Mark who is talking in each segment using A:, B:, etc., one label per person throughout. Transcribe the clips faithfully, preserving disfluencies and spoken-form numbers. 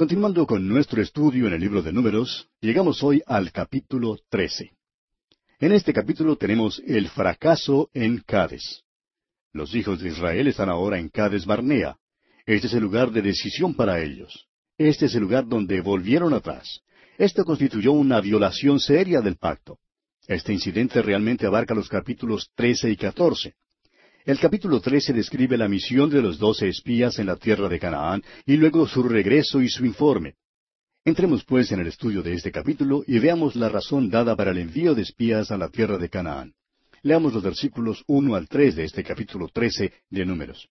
A: Continuando con nuestro estudio en el libro de Números, llegamos hoy al capítulo trece. En este capítulo tenemos el fracaso en Cades. Los hijos de Israel están ahora en Cades Barnea. Este es el lugar de decisión para ellos. Este es el lugar donde volvieron atrás. Esto constituyó una violación seria del pacto. Este incidente realmente abarca los capítulos trece y catorce. El capítulo trece describe la misión de los doce espías en la tierra de Canaán y luego su regreso y su informe. Entremos pues en el estudio de este capítulo y veamos la razón dada para el envío de espías a la tierra de Canaán. Leamos los versículos uno al tres de este capítulo trece de Números.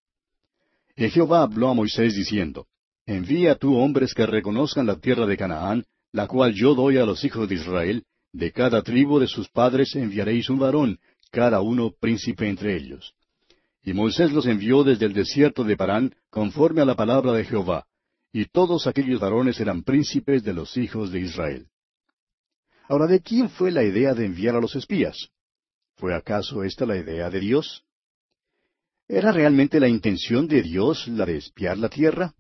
A: Y Jehová habló a Moisés diciendo, Envía tú hombres que reconozcan la tierra de Canaán, la cual yo doy a los hijos de Israel, de cada tribu de sus padres enviaréis un varón, cada uno príncipe entre ellos. Y Moisés los envió desde el desierto de Parán, conforme a la palabra de Jehová, y todos aquellos varones eran príncipes de los hijos de Israel. Ahora, ¿de quién fue la idea de enviar a los espías? ¿Fue acaso esta la idea de Dios? ¿Era realmente la intención de Dios la de espiar la tierra?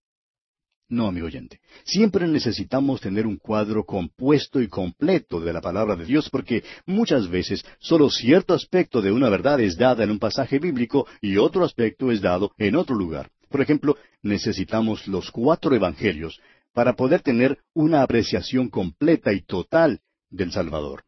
A: No, amigo oyente. Siempre necesitamos tener un cuadro compuesto y completo de la palabra de Dios porque muchas veces solo cierto aspecto de una verdad es dada en un pasaje bíblico y otro aspecto es dado en otro lugar. Por ejemplo, necesitamos los cuatro evangelios para poder tener una apreciación completa y total del Salvador.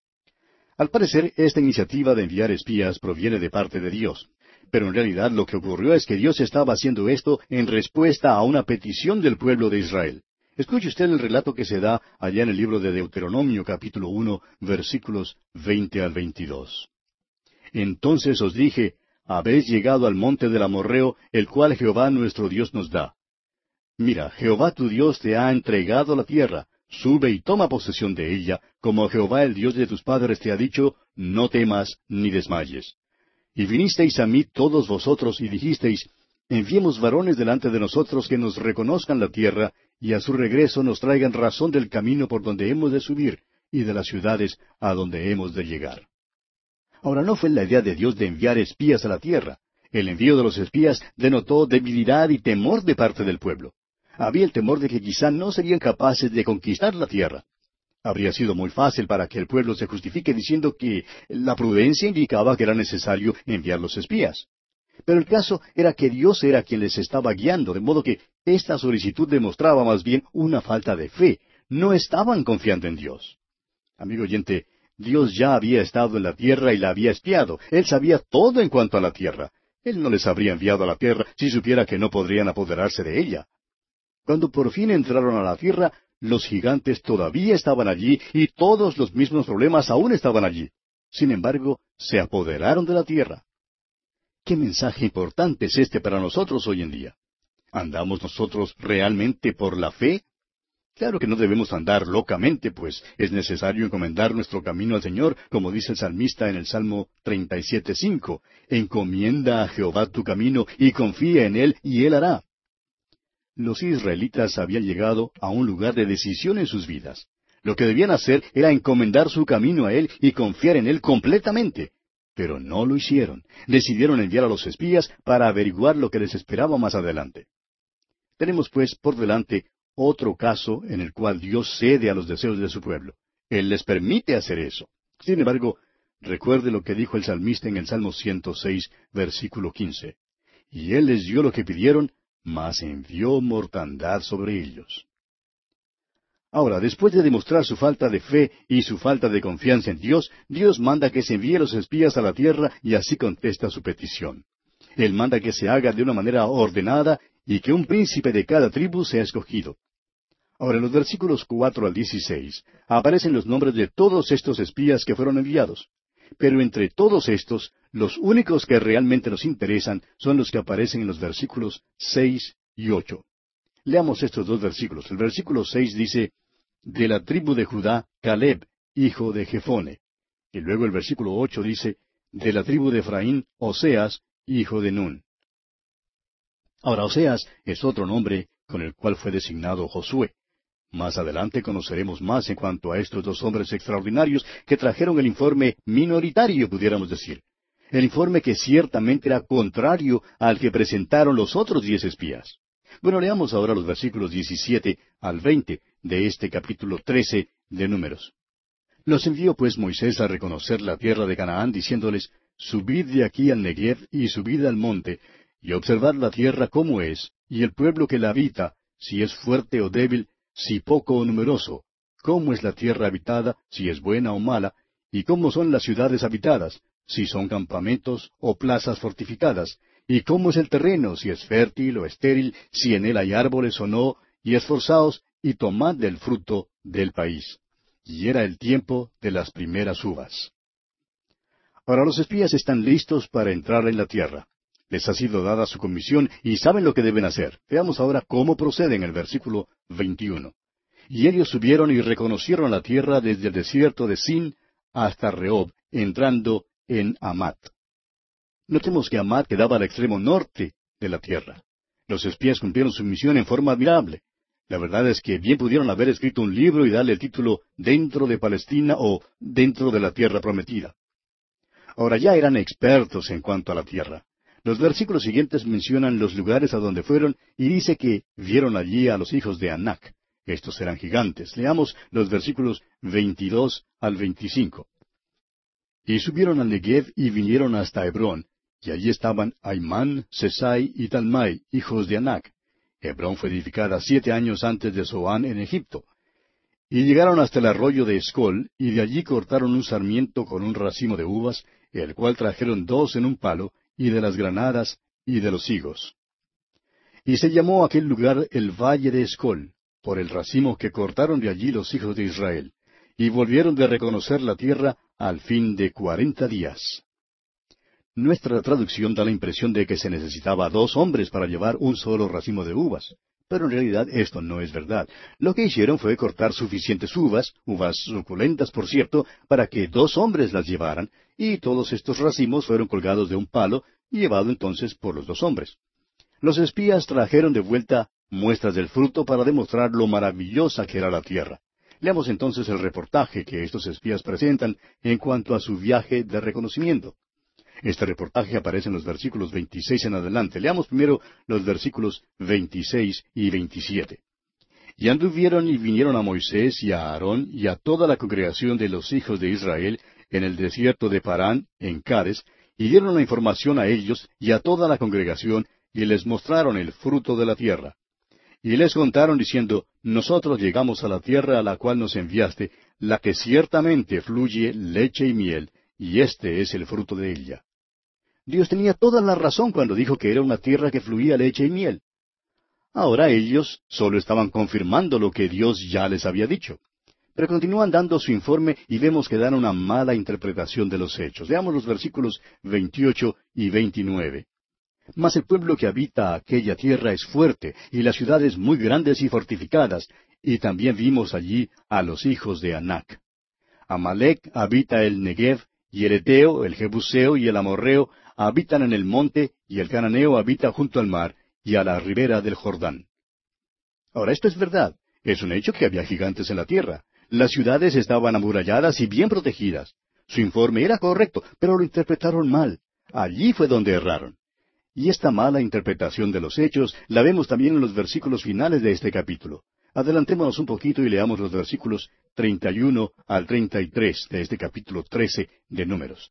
A: Al parecer, esta iniciativa de enviar espías proviene de parte de Dios. Pero en realidad lo que ocurrió es que Dios estaba haciendo esto en respuesta a una petición del pueblo de Israel. Escuche usted el relato que se da allá en el libro de Deuteronomio capítulo uno, versículos veinte al veintidós. Entonces os dije, habéis llegado al monte del Amorreo, el cual Jehová nuestro Dios nos da. Mira, Jehová tu Dios te ha entregado la tierra, sube y toma posesión de ella, como Jehová el Dios de tus padres te ha dicho, no temas ni desmayes. Y vinisteis a mí todos vosotros y dijisteis, enviemos varones delante de nosotros que nos reconozcan la tierra, y a su regreso nos traigan razón del camino por donde hemos de subir, y de las ciudades a donde hemos de llegar. Ahora, no fue la idea de Dios de enviar espías a la tierra. El envío de los espías denotó debilidad y temor de parte del pueblo. Había el temor de que quizá no serían capaces de conquistar la tierra. Habría sido muy fácil para que el pueblo se justifique diciendo que la prudencia indicaba que era necesario enviar los espías. Pero el caso era que Dios era quien les estaba guiando, de modo que esta solicitud demostraba más bien una falta de fe. No estaban confiando en Dios. Amigo oyente, Dios ya había estado en la tierra y la había espiado. Él sabía todo en cuanto a la tierra. Él no les habría enviado a la tierra si supiera que no podrían apoderarse de ella. Cuando por fin entraron a la tierra, los gigantes todavía estaban allí y todos los mismos problemas aún estaban allí. Sin embargo, se apoderaron de la tierra. ¿Qué mensaje importante es este para nosotros hoy en día? ¿Andamos nosotros realmente por la fe? Claro que no debemos andar locamente, pues es necesario encomendar nuestro camino al Señor, como dice el salmista en el Salmo treinta y siete, cinco. Encomienda a Jehová tu camino y confía en Él y Él hará. Los israelitas habían llegado a un lugar de decisión en sus vidas. Lo que debían hacer era encomendar su camino a Él y confiar en Él completamente. Pero no lo hicieron. Decidieron enviar a los espías para averiguar lo que les esperaba más adelante. Tenemos pues por delante otro caso en el cual Dios cede a los deseos de su pueblo. Él les permite hacer eso. Sin embargo, recuerde lo que dijo el salmista en el Salmo ciento seis, versículo quince. Y Él les dio lo que pidieron, mas envió mortandad sobre ellos. Ahora, después de demostrar su falta de fe y su falta de confianza en Dios, Dios manda que se envíe los espías a la tierra y así contesta su petición. Él manda que se haga de una manera ordenada y que un príncipe de cada tribu sea escogido. Ahora, en los versículos cuatro al dieciséis aparecen los nombres de todos estos espías que fueron enviados. Pero entre todos estos, los únicos que realmente nos interesan son los que aparecen en los versículos seis y ocho. Leamos estos dos versículos. El versículo seis dice, de la tribu de Judá, Caleb, hijo de Jefone. Y luego el versículo ocho dice, de la tribu de Efraín, Oseas, hijo de Nun. Ahora, Oseas es otro nombre con el cual fue designado Josué. Más adelante conoceremos más en cuanto a estos dos hombres extraordinarios que trajeron el informe minoritario, pudiéramos decir. El informe que ciertamente era contrario al que presentaron los otros diez espías. Bueno, leamos ahora los versículos diecisiete al veinte de este capítulo trece de Números. Los envió pues Moisés a reconocer la tierra de Canaán, diciéndoles, Subid de aquí al Negev y subid al monte, y observad la tierra cómo es, y el pueblo que la habita, si es fuerte o débil, si poco o numeroso, cómo es la tierra habitada, si es buena o mala, y cómo son las ciudades habitadas, si son campamentos o plazas fortificadas, y cómo es el terreno, si es fértil o estéril, si en él hay árboles o no, y esforzaos y tomad del fruto del país. Y era el tiempo de las primeras uvas. Ahora los espías están listos para entrar en la tierra. Les ha sido dada su comisión y saben lo que deben hacer. Veamos ahora cómo procede en el versículo veintiuno. Y ellos subieron y reconocieron la tierra desde el desierto de Sin hasta Rehob, entrando en Amat. Notemos que Amat quedaba al extremo norte de la tierra. Los espías cumplieron su misión en forma admirable. La verdad es que bien pudieron haber escrito un libro y darle el título Dentro de Palestina o Dentro de la Tierra Prometida. Ahora ya eran expertos en cuanto a la tierra. Los versículos siguientes mencionan los lugares a donde fueron y dice que vieron allí a los hijos de Anac. Estos eran gigantes. Leamos los versículos veintidós al veinticinco. Y subieron al Negev y vinieron hasta Hebrón, y allí estaban Aimán, Sesai y Talmai, hijos de Anac. Hebrón fue edificada siete años antes de Zoán en Egipto. Y llegaron hasta el arroyo de Escol, y de allí cortaron un sarmiento con un racimo de uvas, el cual trajeron dos en un palo, y de las granadas, y de los higos. Y se llamó aquel lugar el Valle de Escol, por el racimo que cortaron de allí los hijos de Israel. Y volvieron de reconocer la tierra al fin de cuarenta días. Nuestra traducción da la impresión de que se necesitaba dos hombres para llevar un solo racimo de uvas. Pero en realidad esto no es verdad. Lo que hicieron fue cortar suficientes uvas, uvas suculentas por cierto, para que dos hombres las llevaran, y todos estos racimos fueron colgados de un palo y llevado entonces por los dos hombres. Los espías trajeron de vuelta muestras del fruto para demostrar lo maravillosa que era la tierra. Leamos entonces el reportaje que estos espías presentan en cuanto a su viaje de reconocimiento. Este reportaje aparece en los versículos veintiséis en adelante. Leamos primero los versículos veintiséis y veintisiete. Y anduvieron y vinieron a Moisés y a Aarón y a toda la congregación de los hijos de Israel en el desierto de Parán, en Cades, y dieron la información a ellos y a toda la congregación, y les mostraron el fruto de la tierra. Y les contaron diciendo, Nosotros llegamos a la tierra a la cual nos enviaste, la que ciertamente fluye leche y miel, y este es el fruto de ella. Dios tenía toda la razón cuando dijo que era una tierra que fluía leche y miel. Ahora ellos solo estaban confirmando lo que Dios ya les había dicho. Pero continúan dando su informe y vemos que dan una mala interpretación de los hechos. Veamos los versículos veintiocho y veintinueve. Mas el pueblo que habita aquella tierra es fuerte, y las ciudades muy grandes y fortificadas, y también vimos allí a los hijos de Anac. Amalec habita el Negev, y el Eteo, el Jebuseo y el Amorreo habitan en el monte, y el Cananeo habita junto al mar, y a la ribera del Jordán. Ahora, esto es verdad. Es un hecho que había gigantes en la tierra. Las ciudades estaban amuralladas y bien protegidas. Su informe era correcto, pero lo interpretaron mal. Allí fue donde erraron. Y esta mala interpretación de los hechos la vemos también en los versículos finales de este capítulo. Adelantémonos un poquito y leamos los versículos treinta y uno al treinta y tres de este capítulo trece de Números.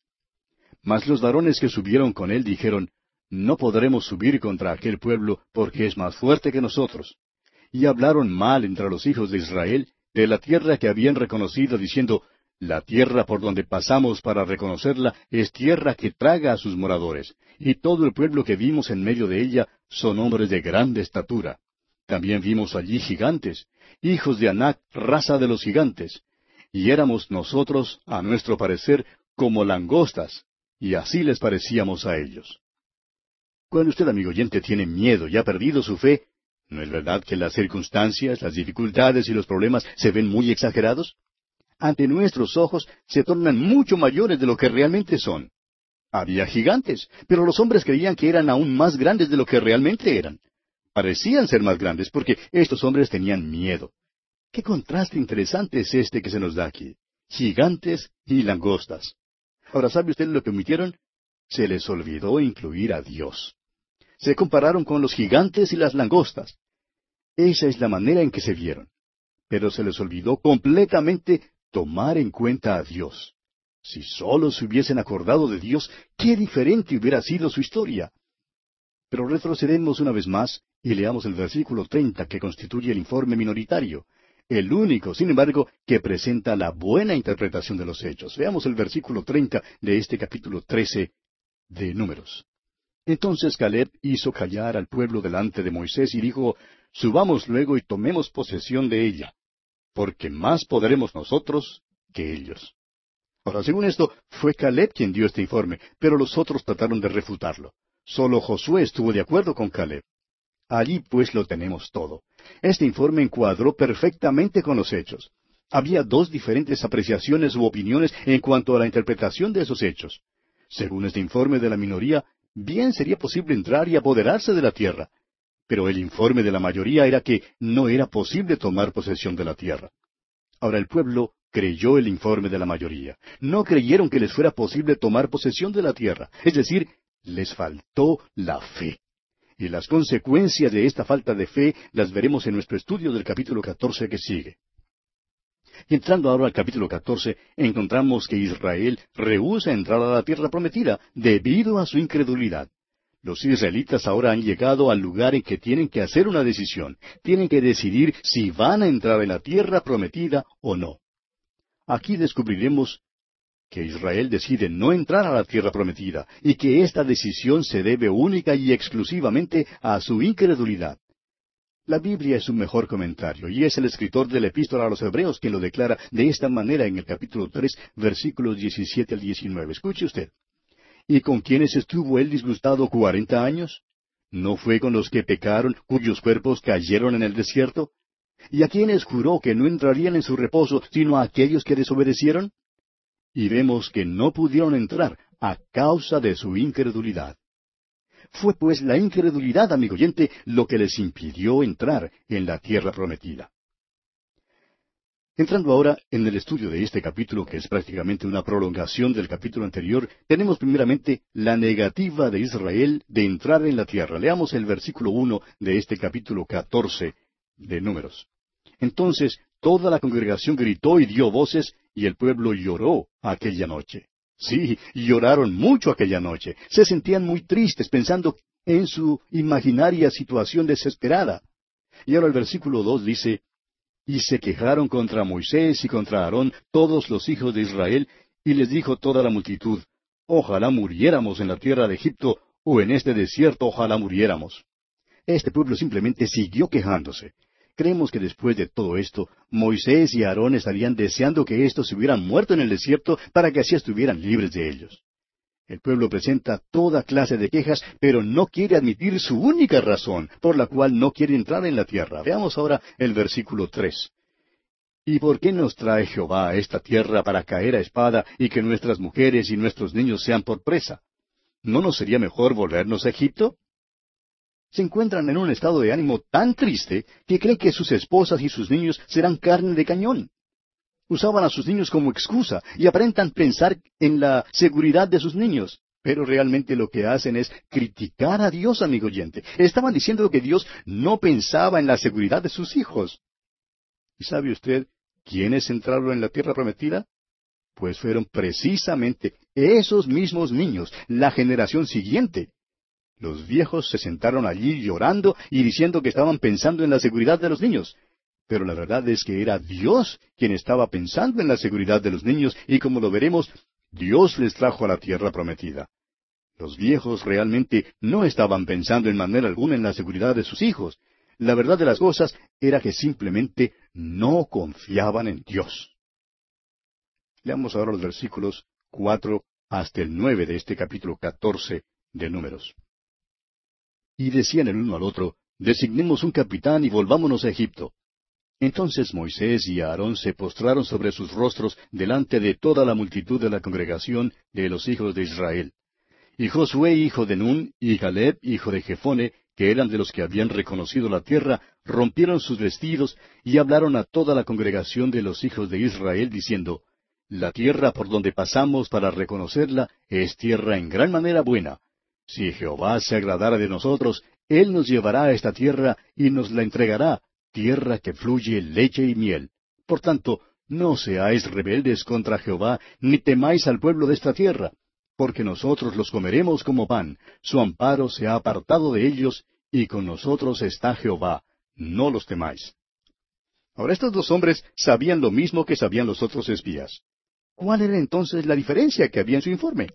A: Mas los varones que subieron con él dijeron, No podremos subir contra aquel pueblo, porque es más fuerte que nosotros. Y hablaron mal entre los hijos de Israel de la tierra que habían reconocido, diciendo, La tierra por donde pasamos para reconocerla es tierra que traga a sus moradores, y todo el pueblo que vimos en medio de ella son hombres de grande estatura. También vimos allí gigantes, hijos de Anac, raza de los gigantes, y éramos nosotros, a nuestro parecer, como langostas, y así les parecíamos a ellos. Cuando usted, amigo oyente, tiene miedo y ha perdido su fe, ¿no es verdad que las circunstancias, las dificultades y los problemas se ven muy exagerados? Ante nuestros ojos se tornan mucho mayores de lo que realmente son. Había gigantes, pero los hombres creían que eran aún más grandes de lo que realmente eran. Parecían ser más grandes porque estos hombres tenían miedo. Qué contraste interesante es este que se nos da aquí. Gigantes y langostas. Ahora, ¿sabe usted lo que omitieron? Se les olvidó incluir a Dios. Se compararon con los gigantes y las langostas. Esa es la manera en que se vieron. Pero se les olvidó completamente tomar en cuenta a Dios. Si sólo se hubiesen acordado de Dios, qué diferente hubiera sido su historia. Pero retrocedemos una vez más y leamos el versículo treinta que constituye el informe minoritario, el único, sin embargo, que presenta la buena interpretación de los hechos. Veamos el versículo treinta de este capítulo trece de Números. Entonces Caleb hizo callar al pueblo delante de Moisés y dijo, subamos luego y tomemos posesión de ella, porque más podremos nosotros que ellos. Ahora, según esto, fue Caleb quien dio este informe, pero los otros trataron de refutarlo. Solo Josué estuvo de acuerdo con Caleb. Allí pues lo tenemos todo. Este informe encuadró perfectamente con los hechos. Había dos diferentes apreciaciones u opiniones en cuanto a la interpretación de esos hechos. Según este informe de la minoría, bien sería posible entrar y apoderarse de la tierra. Pero el informe de la mayoría era que no era posible tomar posesión de la tierra. Ahora el pueblo creyó el informe de la mayoría. No creyeron que les fuera posible tomar posesión de la tierra. Es decir, les faltó la fe. Y las consecuencias de esta falta de fe las veremos en nuestro estudio del capítulo catorce que sigue. Y entrando ahora al capítulo catorce, encontramos que Israel rehúsa entrar a la tierra prometida debido a su incredulidad. Los israelitas ahora han llegado al lugar en que tienen que hacer una decisión. Tienen que decidir si van a entrar en la tierra prometida o no. Aquí descubriremos que Israel decide no entrar a la tierra prometida y que esta decisión se debe única y exclusivamente a su incredulidad. La Biblia es un mejor comentario, y es el escritor de la Epístola a los Hebreos quien lo declara de esta manera en el capítulo tres, versículos diecisiete al diecinueve. Escuche usted. ¿Y con quiénes estuvo él disgustado cuarenta años? ¿No fue con los que pecaron, cuyos cuerpos cayeron en el desierto? ¿Y a quiénes juró que no entrarían en su reposo, sino a aquellos que desobedecieron? Y vemos que no pudieron entrar a causa de su incredulidad. Fue pues la incredulidad, amigo oyente, lo que les impidió entrar en la tierra prometida. Entrando ahora en el estudio de este capítulo, que es prácticamente una prolongación del capítulo anterior, tenemos primeramente la negativa de Israel de entrar en la tierra. Leamos el versículo uno de este capítulo catorce de Números. Entonces toda la congregación gritó y dio voces, y el pueblo lloró aquella noche. Sí, lloraron mucho aquella noche. Se sentían muy tristes pensando en su imaginaria situación desesperada. Y ahora el versículo dos dice, y se quejaron contra Moisés y contra Aarón todos los hijos de Israel, y les dijo toda la multitud, ojalá muriéramos en la tierra de Egipto, o en este desierto ojalá muriéramos. Este pueblo simplemente siguió quejándose. Creemos que después de todo esto, Moisés y Aarón estarían deseando que éstos se hubieran muerto en el desierto para que así estuvieran libres de ellos. El pueblo presenta toda clase de quejas, pero no quiere admitir su única razón por la cual no quiere entrar en la tierra. Veamos ahora el versículo tres. ¿Y por qué nos trae Jehová a esta tierra para caer a espada y que nuestras mujeres y nuestros niños sean por presa? ¿No nos sería mejor volvernos a Egipto? Se encuentran en un estado de ánimo tan triste que creen que sus esposas y sus niños serán carne de cañón. Usaban a sus niños como excusa y aparentan pensar en la seguridad de sus niños. Pero realmente lo que hacen es criticar a Dios, amigo oyente. Estaban diciendo que Dios no pensaba en la seguridad de sus hijos. ¿Y sabe usted quiénes entraron en la tierra prometida? Pues fueron precisamente esos mismos niños, la generación siguiente. Los viejos se sentaron allí llorando y diciendo que estaban pensando en la seguridad de los niños. Pero la verdad es que era Dios quien estaba pensando en la seguridad de los niños, y como lo veremos, Dios les trajo a la tierra prometida. Los viejos realmente no estaban pensando en manera alguna en la seguridad de sus hijos. La verdad de las cosas era que simplemente no confiaban en Dios. Leamos ahora los versículos cuatro hasta el nueve de este capítulo catorce de Números. Y decían el uno al otro, designemos un capitán y volvámonos a Egipto. Entonces Moisés y Aarón se postraron sobre sus rostros delante de toda la multitud de la congregación de los hijos de Israel. Y Josué hijo de Nun, y Caleb hijo de Jefone, que eran de los que habían reconocido la tierra, rompieron sus vestidos y hablaron a toda la congregación de los hijos de Israel, diciendo, La tierra por donde pasamos para reconocerla es tierra en gran manera buena. Si Jehová se agradara de nosotros, Él nos llevará a esta tierra y nos la entregará, tierra que fluye leche y miel. Por tanto, no seáis rebeldes contra Jehová, ni temáis al pueblo de esta tierra, porque nosotros los comeremos como pan, su amparo se ha apartado de ellos, y con nosotros está Jehová, no los temáis. Ahora estos dos hombres sabían lo mismo que sabían los otros espías. ¿Cuál era entonces la diferencia que había en su informe?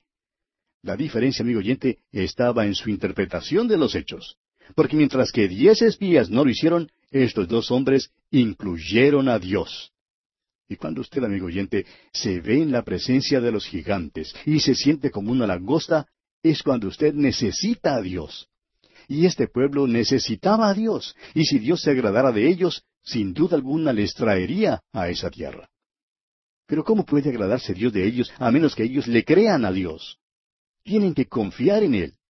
A: La diferencia, amigo oyente, estaba en su interpretación de los hechos. Porque mientras que diez espías no lo hicieron, estos dos hombres incluyeron a Dios. Y cuando usted, amigo oyente, se ve en la presencia de los gigantes y se siente como una langosta, es cuando usted necesita a Dios. Y este pueblo necesitaba a Dios, y si Dios se agradara de ellos, sin duda alguna les traería a esa tierra. Pero ¿cómo puede agradarse Dios de ellos a menos que ellos le crean a Dios? Tienen que confiar en Él.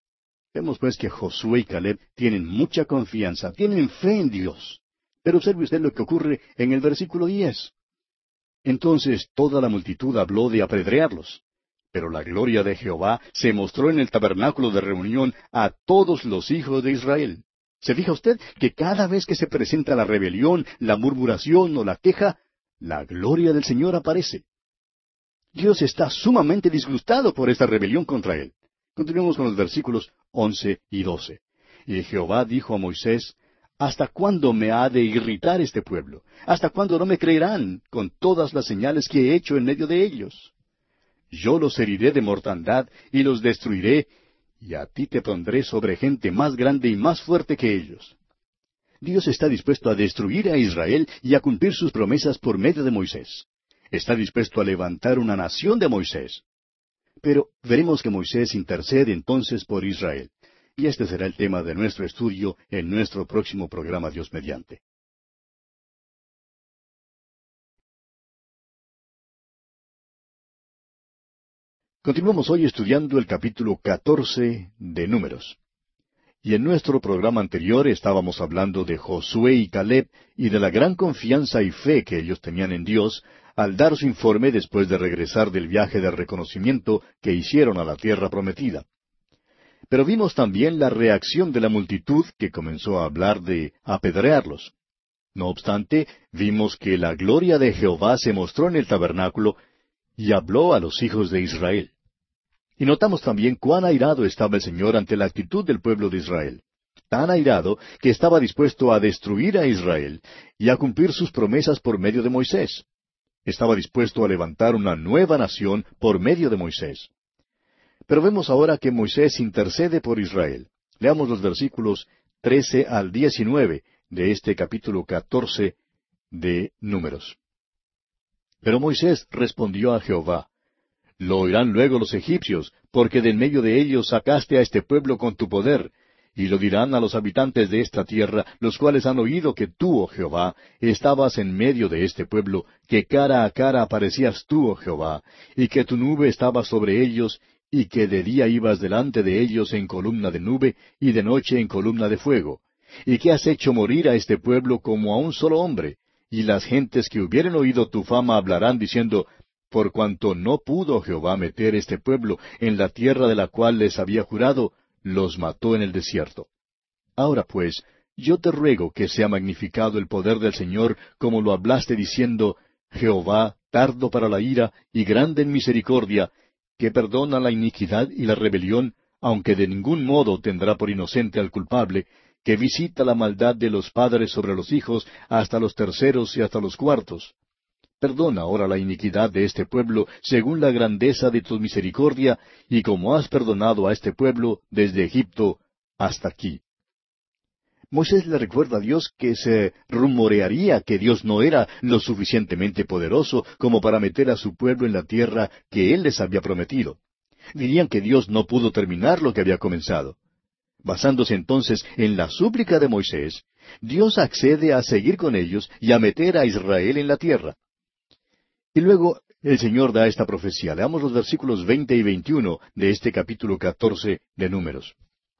A: Vemos pues que Josué y Caleb tienen mucha confianza, tienen fe en Dios. Pero observe usted lo que ocurre en el versículo diez. Entonces toda la multitud habló de apedrearlos. Pero la gloria de Jehová se mostró en el tabernáculo de reunión a todos los hijos de Israel. ¿Se fija usted que cada vez que se presenta la rebelión, la murmuración o la queja, la gloria del Señor aparece? Dios está sumamente disgustado por esta rebelión contra Él. Continuemos con los versículos once y doce. Y Jehová dijo a Moisés, ¿hasta cuándo me ha de irritar este pueblo? ¿Hasta cuándo no me creerán con todas las señales que he hecho en medio de ellos? Yo los heriré de mortandad y los destruiré, y a ti te pondré sobre gente más grande y más fuerte que ellos. Dios está dispuesto a destruir a Israel y a cumplir sus promesas por medio de Moisés. Está dispuesto a levantar una nación de Moisés. Pero veremos que Moisés intercede entonces por Israel. Y este será el tema de nuestro estudio en nuestro próximo programa, Dios mediante. Continuamos hoy estudiando el capítulo catorce de Números. Y en nuestro programa anterior estábamos hablando de Josué y Caleb y de la gran confianza y fe que ellos tenían en Dios al dar su informe después de regresar del viaje de reconocimiento que hicieron a la tierra prometida. Pero vimos también la reacción de la multitud que comenzó a hablar de apedrearlos. No obstante, vimos que la gloria de Jehová se mostró en el tabernáculo y habló a los hijos de Israel. Y notamos también cuán airado estaba el Señor ante la actitud del pueblo de Israel. Tan airado que estaba dispuesto a destruir a Israel y a cumplir sus promesas por medio de Moisés. Estaba dispuesto a levantar una nueva nación por medio de Moisés. Pero vemos ahora que Moisés intercede por Israel. Leamos los versículos trece al diecinueve de este capítulo catorce de Números. Pero Moisés respondió a Jehová, lo oirán luego los egipcios, porque de en medio de ellos sacaste a este pueblo con tu poder, y lo dirán a los habitantes de esta tierra, los cuales han oído que tú, oh Jehová, estabas en medio de este pueblo, que cara a cara aparecías tú, oh Jehová, y que tu nube estaba sobre ellos, y que de día ibas delante de ellos en columna de nube, y de noche en columna de fuego, y que has hecho morir a este pueblo como a un solo hombre, y las gentes que hubieren oído tu fama hablarán diciendo, por cuanto no pudo Jehová meter este pueblo en la tierra de la cual les había jurado, los mató en el desierto. Ahora pues, yo te ruego que sea magnificado el poder del Señor, como lo hablaste diciendo, Jehová, tardo para la ira y grande en misericordia, que perdona la iniquidad y la rebelión, aunque de ningún modo tendrá por inocente al culpable, que visita la maldad de los padres sobre los hijos hasta los terceros y hasta los cuartos. Perdona ahora la iniquidad de este pueblo según la grandeza de tu misericordia, y como has perdonado a este pueblo desde Egipto hasta aquí. Moisés le recuerda a Dios que se rumorearía que Dios no era lo suficientemente poderoso como para meter a su pueblo en la tierra que Él les había prometido. Dirían que Dios no pudo terminar lo que había comenzado. Basándose entonces en la súplica de Moisés, Dios accede a seguir con ellos y a meter a Israel en la tierra. Y luego el Señor da esta profecía. Leamos los versículos veinte y veintiuno de este capítulo catorce de Números.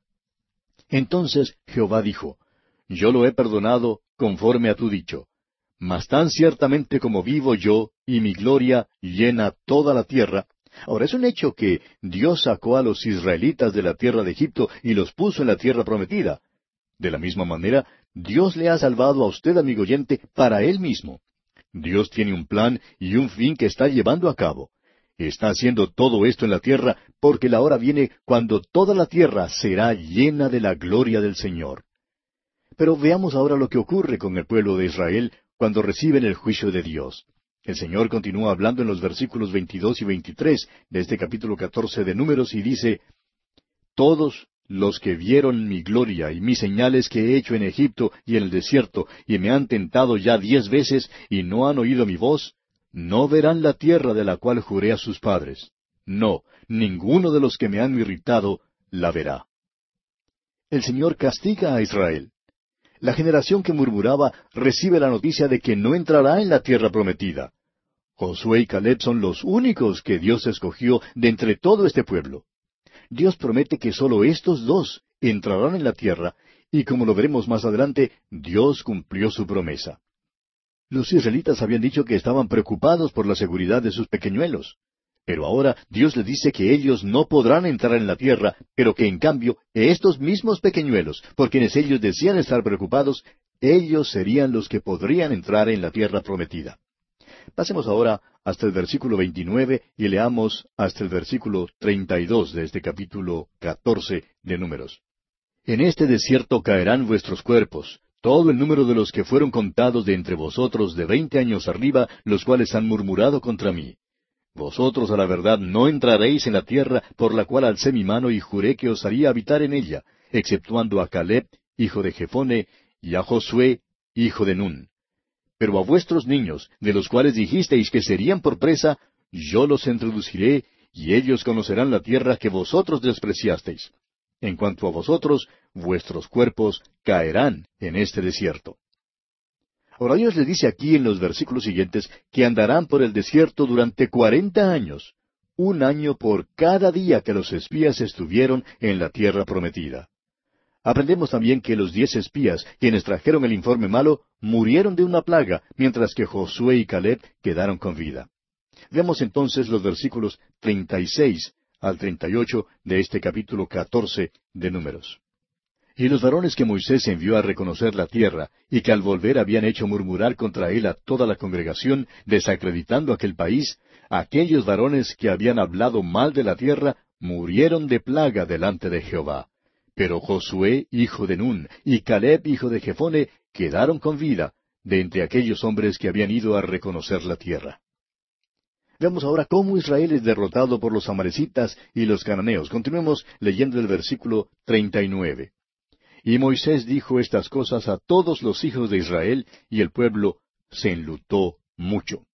A: Entonces Jehová dijo, yo lo he perdonado conforme a tu dicho, mas tan ciertamente como vivo yo, y mi gloria llena toda la tierra, Ahora, es un hecho que Dios sacó a los israelitas de la tierra de Egipto y los puso en la tierra prometida. De la misma manera, Dios le ha salvado a usted, amigo oyente, para Él mismo. Dios tiene un plan y un fin que está llevando a cabo. Está haciendo todo esto en la tierra porque la hora viene cuando toda la tierra será llena de la gloria del Señor. Pero veamos ahora lo que ocurre con el pueblo de Israel cuando reciben el juicio de Dios. El Señor continúa hablando en los versículos veintidós y veintitrés de este capítulo catorce de Números y dice, Todos los que vieron mi gloria y mis señales que he hecho en Egipto y en el desierto, y me han tentado ya diez veces y no han oído mi voz, no verán la tierra de la cual juré a sus padres. No, ninguno de los que me han irritado la verá. El Señor castiga a Israel. La generación que murmuraba recibe la noticia de que no entrará en la tierra prometida. Josué y Caleb son los únicos que Dios escogió de entre todo este pueblo. Dios promete que sólo estos dos entrarán en la tierra, y como lo veremos más adelante, Dios cumplió su promesa. Los israelitas habían dicho que estaban preocupados por la seguridad de sus pequeñuelos. Pero ahora Dios les dice que ellos no podrán entrar en la tierra, pero que en cambio estos mismos pequeñuelos, por quienes ellos decían estar preocupados, ellos serían los que podrían entrar en la tierra prometida. Pasemos ahora hasta el versículo veintinueve y leamos hasta el versículo treinta y dos de este capítulo catorce de Números. En este desierto caerán vuestros cuerpos, todo el número de los que fueron contados de entre vosotros de veinte años arriba, los cuales han murmurado contra mí. Vosotros a la verdad no entraréis en la tierra por la cual alcé mi mano y juré que os haría habitar en ella, exceptuando a Caleb, hijo de Jefone, y a Josué, hijo de Nun. Pero a vuestros niños, de los cuales dijisteis que serían por presa, yo los introduciré, y ellos conocerán la tierra que vosotros despreciasteis. En cuanto a vosotros, vuestros cuerpos caerán en este desierto. Ahora Dios les dice aquí en los versículos siguientes que andarán por el desierto durante cuarenta años, un año por cada día que los espías estuvieron en la tierra prometida. Aprendemos también que los diez espías, quienes trajeron el informe malo, murieron de una plaga, mientras que Josué y Caleb quedaron con vida. Veamos entonces los versículos treinta y seis al treinta y ocho de este capítulo catorce de Números. Y los varones que Moisés envió a reconocer la tierra, y que al volver habían hecho murmurar contra él a toda la congregación, desacreditando aquel país, aquellos varones que habían hablado mal de la tierra, murieron de plaga delante de Jehová. Pero Josué, hijo de Nun, y Caleb, hijo de Jefone, quedaron con vida, de entre aquellos hombres que habían ido a reconocer la tierra. Veamos ahora cómo Israel es derrotado por los amalecitas y los cananeos. Continuemos leyendo el versículo treinta y nueve. Y Moisés dijo estas cosas a todos los hijos de Israel, y el pueblo se enlutó mucho.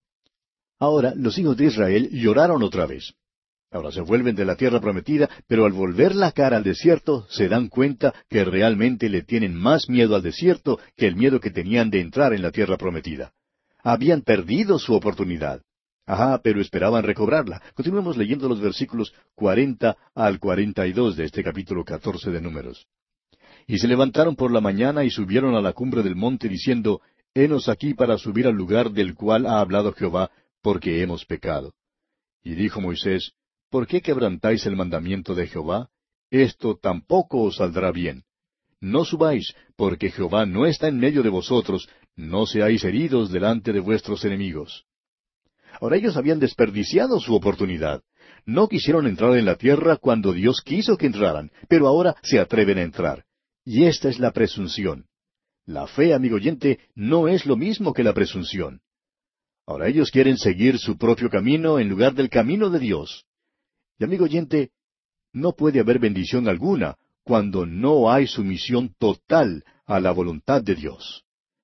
A: Ahora los hijos de Israel lloraron otra vez. Ahora se vuelven de la tierra prometida, pero al volver la cara al desierto, se dan cuenta que realmente le tienen más miedo al desierto que el miedo que tenían de entrar en la tierra prometida. Habían perdido su oportunidad. Ajá, pero esperaban recobrarla. Continuemos leyendo los versículos cuarenta al cuarenta y dos de este capítulo catorce de Números. Y se levantaron por la mañana y subieron a la cumbre del monte, diciendo, Henos aquí para subir al lugar del cual ha hablado Jehová, porque hemos pecado. Y dijo Moisés, ¿por qué quebrantáis el mandamiento de Jehová? Esto tampoco os saldrá bien. No subáis, porque Jehová no está en medio de vosotros, no seáis heridos delante de vuestros enemigos. Ahora ellos habían desperdiciado su oportunidad. No quisieron entrar en la tierra cuando Dios quiso que entraran, pero ahora se atreven a entrar. Y esta es la presunción. La fe, amigo oyente, no es lo mismo que la presunción. Ahora ellos quieren seguir su propio camino en lugar del camino de Dios. Y amigo oyente, no puede haber bendición alguna cuando no hay sumisión total a la voluntad de Dios.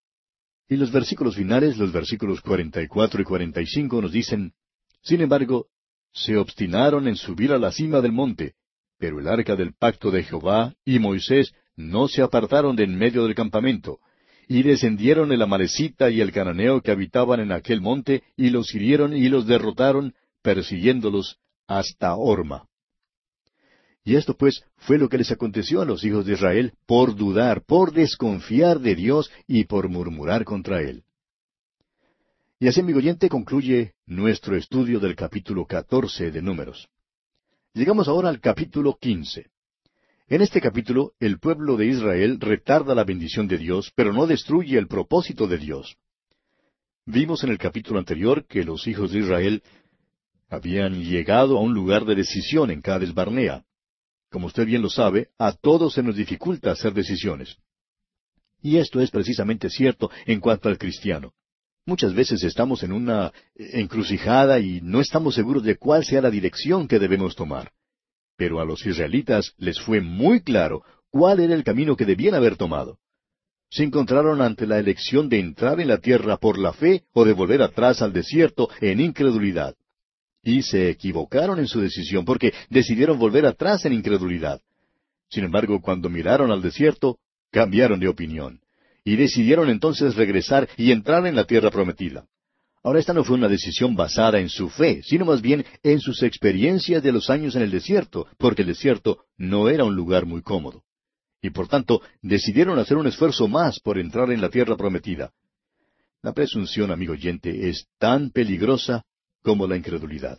A: Y los versículos finales, los versículos cuarenta y cuatro y cuarenta y cinco nos dicen, Sin embargo, se obstinaron en subir a la cima del monte, pero el arca del pacto de Jehová y Moisés no se apartaron de en medio del campamento, y descendieron el amalecita y el cananeo que habitaban en aquel monte, y los hirieron y los derrotaron, persiguiéndolos hasta Horma. Y esto pues fue lo que les aconteció a los hijos de Israel por dudar, por desconfiar de Dios y por murmurar contra Él. Y así, amigo oyente, concluye nuestro estudio del capítulo catorce de Números. Llegamos ahora al capítulo quince. En este capítulo, el pueblo de Israel retarda la bendición de Dios, pero no destruye el propósito de Dios. Vimos en el capítulo anterior que los hijos de Israel habían llegado a un lugar de decisión en Cades Barnea. Como usted bien lo sabe, a todos se nos dificulta hacer decisiones. Y esto es precisamente cierto en cuanto al cristiano. Muchas veces estamos en una encrucijada y no estamos seguros de cuál sea la dirección que debemos tomar. Pero a los israelitas les fue muy claro cuál era el camino que debían haber tomado. Se encontraron ante la elección de entrar en la tierra por la fe o de volver atrás al desierto en incredulidad. Y se equivocaron en su decisión porque decidieron volver atrás en incredulidad. Sin embargo, cuando miraron al desierto, cambiaron de opinión. Y decidieron entonces regresar y entrar en la tierra prometida. Ahora, esta no fue una decisión basada en su fe, sino más bien en sus experiencias de los años en el desierto, porque el desierto no era un lugar muy cómodo. Y por tanto, decidieron hacer un esfuerzo más por entrar en la tierra prometida. La presunción, amigo oyente, es tan peligrosa como la incredulidad.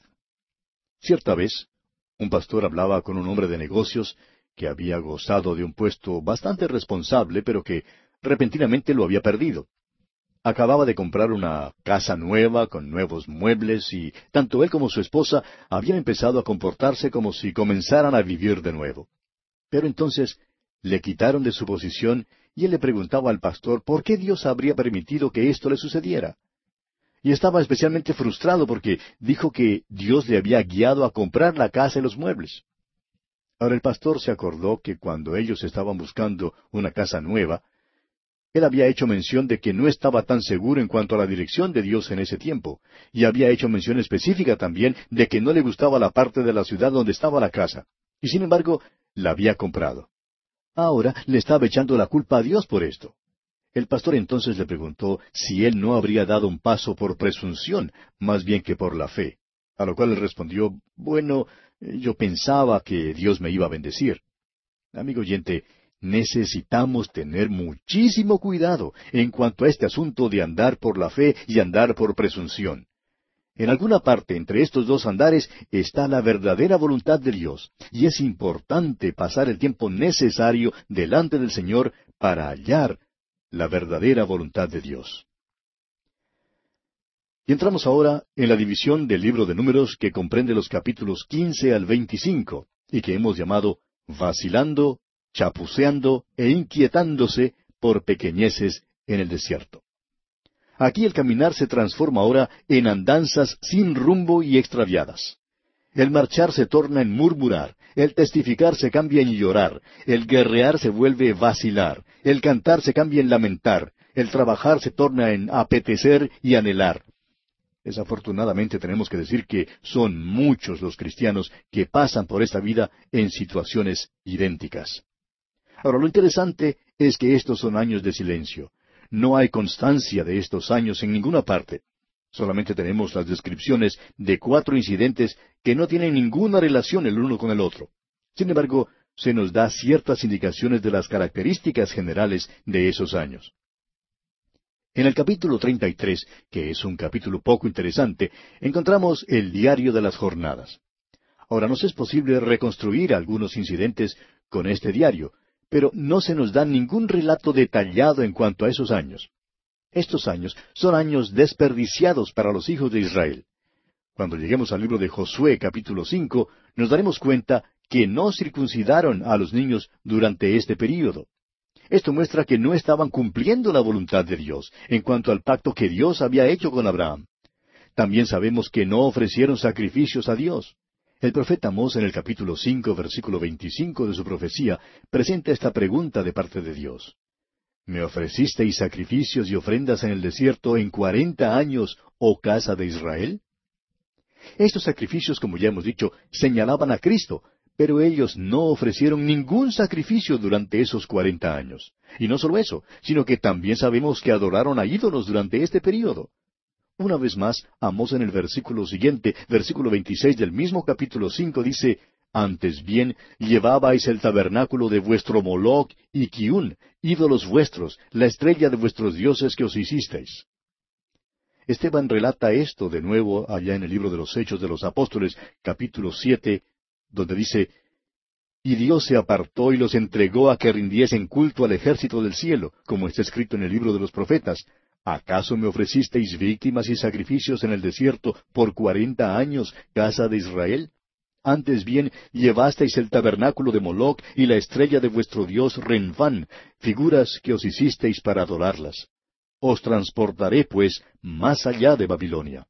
A: Cierta vez, un pastor hablaba con un hombre de negocios que había gozado de un puesto bastante responsable, pero que repentinamente lo había perdido. Acababa de comprar una casa nueva con nuevos muebles y tanto él como su esposa habían empezado a comportarse como si comenzaran a vivir de nuevo. Pero entonces le quitaron de su posición y él le preguntaba al pastor por qué Dios habría permitido que esto le sucediera. Y estaba especialmente frustrado porque dijo que Dios le había guiado a comprar la casa y los muebles. Ahora el pastor se acordó que cuando ellos estaban buscando una casa nueva, él había hecho mención de que no estaba tan seguro en cuanto a la dirección de Dios en ese tiempo, y había hecho mención específica también de que no le gustaba la parte de la ciudad donde estaba la casa, y sin embargo la había comprado. Ahora le estaba echando la culpa a Dios por esto. El pastor entonces le preguntó si él no habría dado un paso por presunción, más bien que por la fe. A lo cual él respondió, bueno, yo pensaba que Dios me iba a bendecir. Amigo oyente, necesitamos tener muchísimo cuidado en cuanto a este asunto de andar por la fe y andar por presunción. En alguna parte entre estos dos andares está la verdadera voluntad de Dios, y es importante pasar el tiempo necesario delante del Señor para hallar la verdadera voluntad de Dios. Y entramos ahora en la división del libro de Números que comprende los capítulos quince al veinticinco, y que hemos llamado Vacilando, Chapuceando e Inquietándose por pequeñeces en el desierto. Aquí el caminar se transforma ahora en andanzas sin rumbo y extraviadas. El marchar se torna en murmurar, el testificar se cambia en llorar, el guerrear se vuelve vacilar, el cantar se cambia en lamentar, el trabajar se torna en apetecer y anhelar. Desafortunadamente tenemos que decir que son muchos los cristianos que pasan por esta vida en situaciones idénticas. Ahora, lo interesante es que estos son años de silencio. No hay constancia de estos años en ninguna parte. Solamente tenemos las descripciones de cuatro incidentes que no tienen ninguna relación el uno con el otro. Sin embargo, se nos da ciertas indicaciones de las características generales de esos años. En el capítulo treinta y tres, que es un capítulo poco interesante, encontramos el diario de las jornadas. Ahora, nos es posible reconstruir algunos incidentes con este diario, pero no se nos da ningún relato detallado en cuanto a esos años. Estos años son años desperdiciados para los hijos de Israel. Cuando lleguemos al libro de Josué capítulo cinco, nos daremos cuenta que no circuncidaron a los niños durante este período. Esto muestra que no estaban cumpliendo la voluntad de Dios en cuanto al pacto que Dios había hecho con Abraham. También sabemos que no ofrecieron sacrificios a Dios. El profeta Amós en el capítulo cinco, versículo veinticinco de su profecía, presenta esta pregunta de parte de Dios. ¿Me ofrecisteis sacrificios y ofrendas en el desierto en cuarenta años, oh casa de Israel? Estos sacrificios, como ya hemos dicho, señalaban a Cristo, pero ellos no ofrecieron ningún sacrificio durante esos cuarenta años. Y no solo eso, sino que también sabemos que adoraron a ídolos durante este período. Una vez más, Amós en el versículo siguiente, versículo veintiséis del mismo capítulo cinco, dice, «Antes bien, llevabais el tabernáculo de vuestro Moloc y Kiún, ídolos vuestros, la estrella de vuestros dioses que os hicisteis». Esteban relata esto de nuevo allá en el libro de los Hechos de los Apóstoles, capítulo siete, donde dice, y Dios se apartó y los entregó a que rindiesen culto al ejército del cielo, como está escrito en el libro de los profetas. ¿Acaso me ofrecisteis víctimas y sacrificios en el desierto por cuarenta años, casa de Israel? Antes bien, llevasteis el tabernáculo de Moloc y la estrella de vuestro dios Renfán, figuras que os hicisteis para adorarlas. Os transportaré, pues, más allá de Babilonia.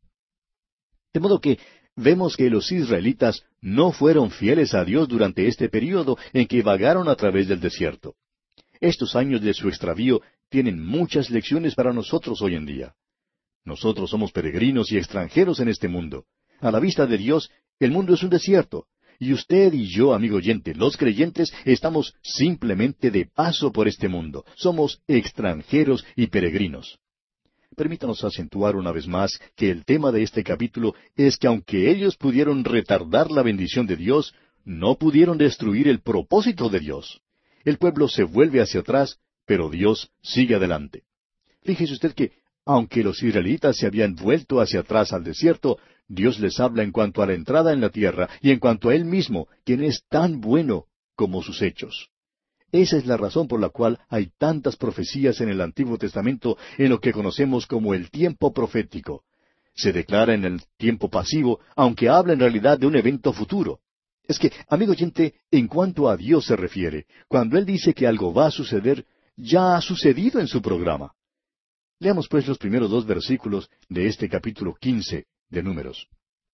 A: De modo que vemos que los israelitas no fueron fieles a Dios durante este período en que vagaron a través del desierto. Estos años de su extravío tienen muchas lecciones para nosotros hoy en día. Nosotros somos peregrinos y extranjeros en este mundo. A la vista de Dios, el mundo es un desierto. Y usted y yo, amigo oyente, los creyentes, estamos simplemente de paso por este mundo. Somos extranjeros y peregrinos. Permítanos acentuar una vez más que el tema de este capítulo es que aunque ellos pudieron retardar la bendición de Dios, no pudieron destruir el propósito de Dios. El pueblo se vuelve hacia atrás, pero Dios sigue adelante. Fíjese usted que, aunque los israelitas se habían vuelto hacia atrás al desierto, Dios les habla en cuanto a la entrada en la tierra y en cuanto a Él mismo, quien es tan bueno como sus hechos. Esa es la razón por la cual hay tantas profecías en el Antiguo Testamento en lo que conocemos como el tiempo profético. Se declara en el tiempo pasivo, aunque habla en realidad de un evento futuro. Es que, amigo oyente, en cuanto a Dios se refiere, cuando Él dice que algo va a suceder, ya ha sucedido en su programa. Leamos pues los primeros dos versículos de este capítulo quince de Números.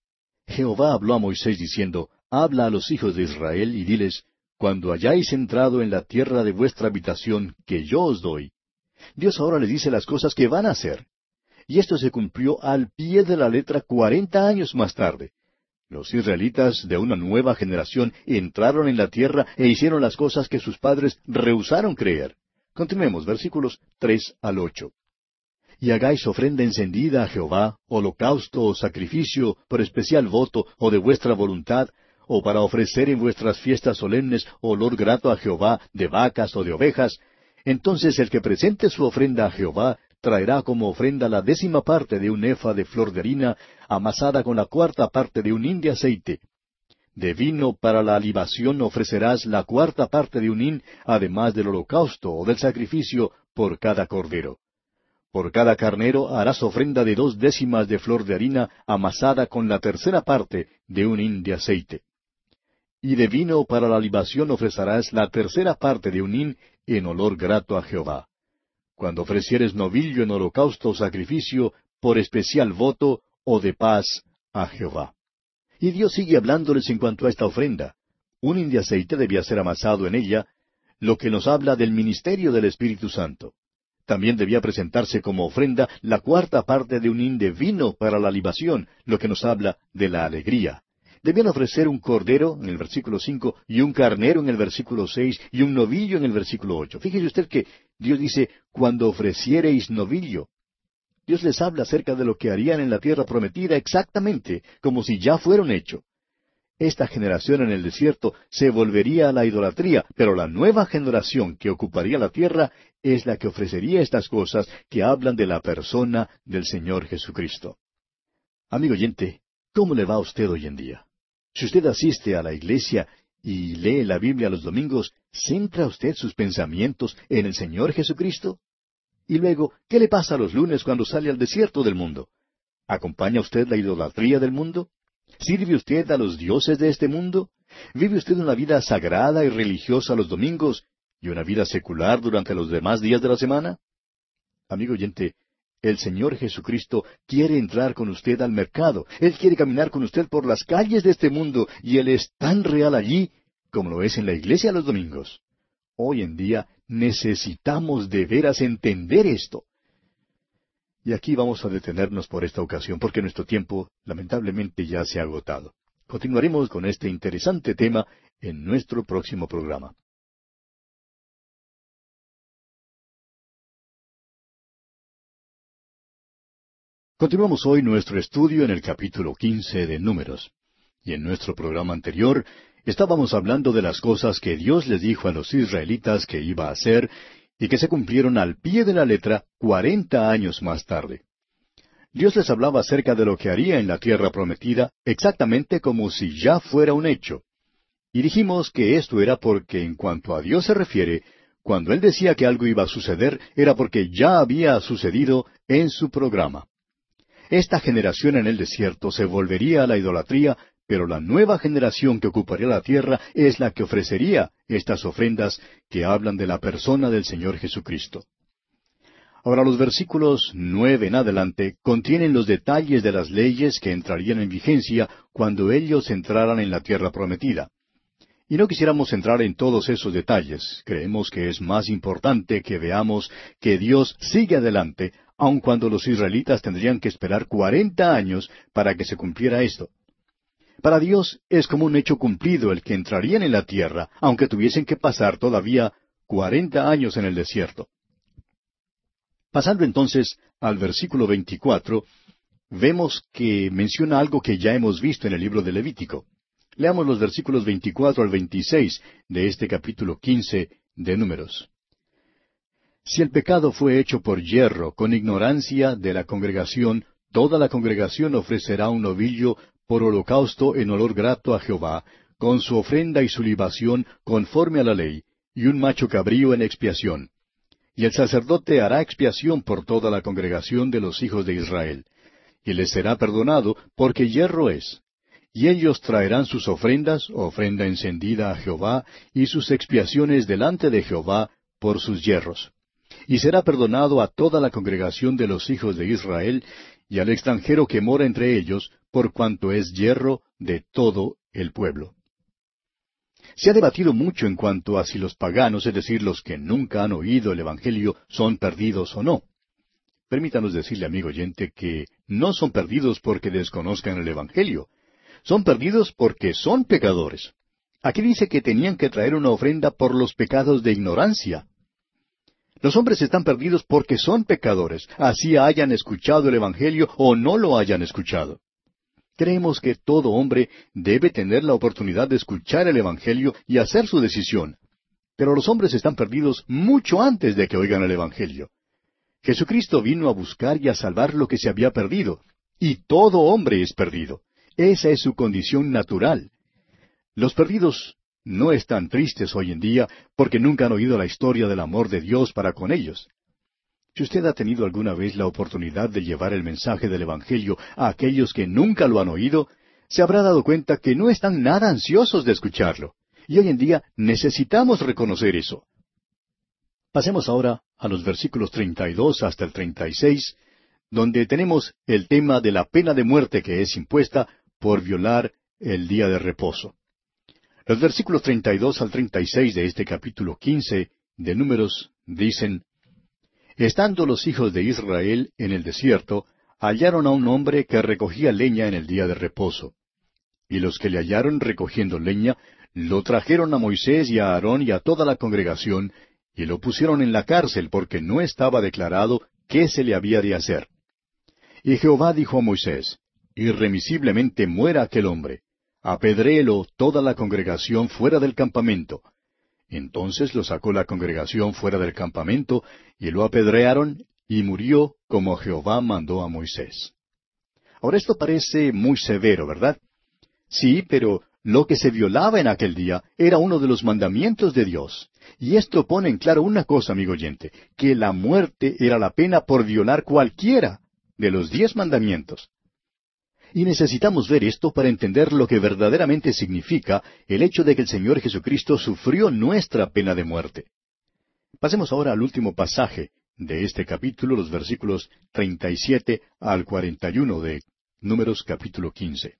A: Jehová habló a Moisés diciendo, habla a los hijos de Israel y diles, cuando hayáis entrado en la tierra de vuestra habitación que yo os doy. Dios ahora les dice las cosas que van a hacer. Y esto se cumplió al pie de la letra cuarenta años más tarde. Los israelitas de una nueva generación entraron en la tierra e hicieron las cosas que sus padres rehusaron creer. Continuemos, versículos tres al ocho. Y hagáis ofrenda encendida a Jehová, holocausto o sacrificio, por especial voto, o de vuestra voluntad, o para ofrecer en vuestras fiestas solemnes olor grato a Jehová de vacas o de ovejas, entonces el que presente su ofrenda a Jehová traerá como ofrenda la décima parte de un efa de flor de harina, amasada con la cuarta parte de un hin de aceite. De vino para la libación ofrecerás la cuarta parte de un hin, además del holocausto o del sacrificio, por cada cordero. Por cada carnero harás ofrenda de dos décimas de flor de harina, amasada con la tercera parte de un hin de aceite. Y de vino para la libación ofrecerás la tercera parte de un hin en olor grato a Jehová. Cuando ofrecieres novillo en holocausto o sacrificio, por especial voto o de paz a Jehová. Y Dios sigue hablándoles en cuanto a esta ofrenda. Un hin de aceite debía ser amasado en ella, lo que nos habla del ministerio del Espíritu Santo. También debía presentarse como ofrenda la cuarta parte de un hin de vino para la libación, lo que nos habla de la alegría. Debían ofrecer un cordero en el versículo cinco, y un carnero en el versículo seis, y un novillo en el versículo ocho. Fíjese usted que Dios dice, cuando ofreciereis novillo. Dios les habla acerca de lo que harían en la tierra prometida exactamente, como si ya fueron hecho. Esta generación en el desierto se volvería a la idolatría, pero la nueva generación que ocuparía la tierra es la que ofrecería estas cosas que hablan de la persona del Señor Jesucristo. Amigo oyente, ¿cómo le va a usted hoy en día? Si usted asiste a la iglesia y lee la Biblia los domingos, ¿centra usted sus pensamientos en el Señor Jesucristo? Y luego, ¿qué le pasa los lunes cuando sale al desierto del mundo? ¿Acompaña usted la idolatría del mundo? ¿Sirve usted a los dioses de este mundo? ¿Vive usted una vida sagrada y religiosa los domingos y una vida secular durante los demás días de la semana? Amigo oyente, el Señor Jesucristo quiere entrar con usted al mercado. Él quiere caminar con usted por las calles de este mundo, y Él es tan real allí como lo es en la iglesia los domingos. Hoy en día necesitamos de veras entender esto. Y aquí vamos a detenernos por esta ocasión, porque nuestro tiempo lamentablemente ya se ha agotado. Continuaremos con este interesante tema en nuestro próximo programa. Continuamos hoy nuestro estudio en el capítulo quince de Números. Y en nuestro programa anterior estábamos hablando de las cosas que Dios les dijo a los israelitas que iba a hacer y que se cumplieron al pie de la letra cuarenta años más tarde. Dios les hablaba acerca de lo que haría en la tierra prometida, exactamente como si ya fuera un hecho. Y dijimos que esto era porque en cuanto a Dios se refiere, cuando Él decía que algo iba a suceder, era porque ya había sucedido en su programa. Esta generación en el desierto se volvería a la idolatría, pero la nueva generación que ocuparía la tierra es la que ofrecería estas ofrendas que hablan de la persona del Señor Jesucristo. Ahora los versículos nueve en adelante contienen los detalles de las leyes que entrarían en vigencia cuando ellos entraran en la tierra prometida. Y no quisiéramos entrar en todos esos detalles. Creemos que es más importante que veamos que Dios sigue adelante, aun cuando los israelitas tendrían que esperar cuarenta años para que se cumpliera esto. Para Dios es como un hecho cumplido el que entrarían en la tierra, aunque tuviesen que pasar todavía cuarenta años en el desierto. Pasando entonces al versículo veinticuatro, vemos que menciona algo que ya hemos visto en el libro de Levítico. Leamos los versículos veinticuatro al veintiséis de este capítulo quince de Números. Si el pecado fue hecho por yerro, con ignorancia de la congregación, toda la congregación ofrecerá un novillo por holocausto en olor grato a Jehová, con su ofrenda y su libación conforme a la ley, y un macho cabrío en expiación. Y el sacerdote hará expiación por toda la congregación de los hijos de Israel. Y les será perdonado, porque yerro es. Y ellos traerán sus ofrendas, ofrenda encendida a Jehová, y sus expiaciones delante de Jehová por sus yerros. Y será perdonado a toda la congregación de los hijos de Israel, y al extranjero que mora entre ellos, por cuanto es yerro de todo el pueblo. Se ha debatido mucho en cuanto a si los paganos, es decir, los que nunca han oído el Evangelio, son perdidos o no. Permítanos decirle, amigo oyente, que no son perdidos porque desconozcan el Evangelio. Son perdidos porque son pecadores. Aquí dice que tenían que traer una ofrenda por los pecados de ignorancia. Los hombres están perdidos porque son pecadores, así hayan escuchado el Evangelio o no lo hayan escuchado. Creemos que todo hombre debe tener la oportunidad de escuchar el Evangelio y hacer su decisión. Pero los hombres están perdidos mucho antes de que oigan el Evangelio. Jesucristo vino a buscar y a salvar lo que se había perdido, y todo hombre es perdido. Esa es su condición natural. Los perdidos no están tristes hoy en día porque nunca han oído la historia del amor de Dios para con ellos. Si usted ha tenido alguna vez la oportunidad de llevar el mensaje del Evangelio a aquellos que nunca lo han oído, se habrá dado cuenta que no están nada ansiosos de escucharlo. Y hoy en día necesitamos reconocer eso. Pasemos ahora a los versículos treinta y dos hasta el treinta y seis, donde tenemos el tema de la pena de muerte que es impuesta por violar el día de reposo. Los versículos treinta y dos al treinta y seis de este capítulo quince de Números dicen: Estando los hijos de Israel en el desierto, hallaron a un hombre que recogía leña en el día de reposo. Y los que le hallaron recogiendo leña, lo trajeron a Moisés y a Aarón y a toda la congregación, y lo pusieron en la cárcel porque no estaba declarado qué se le había de hacer. Y Jehová dijo a Moisés: Irremisiblemente muera aquel hombre. Apedréelo toda la congregación fuera del campamento. Entonces lo sacó la congregación fuera del campamento, y lo apedrearon, y murió como Jehová mandó a Moisés. Ahora esto parece muy severo, ¿verdad? Sí, pero lo que se violaba en aquel día era uno de los mandamientos de Dios. Y esto pone en claro una cosa, amigo oyente, que la muerte era la pena por violar cualquiera de los diez mandamientos. Y necesitamos ver esto para entender lo que verdaderamente significa el hecho de que el Señor Jesucristo sufrió nuestra pena de muerte. Pasemos ahora al último pasaje de este capítulo, los versículos treinta y siete al cuarenta y uno de Números capítulo quince.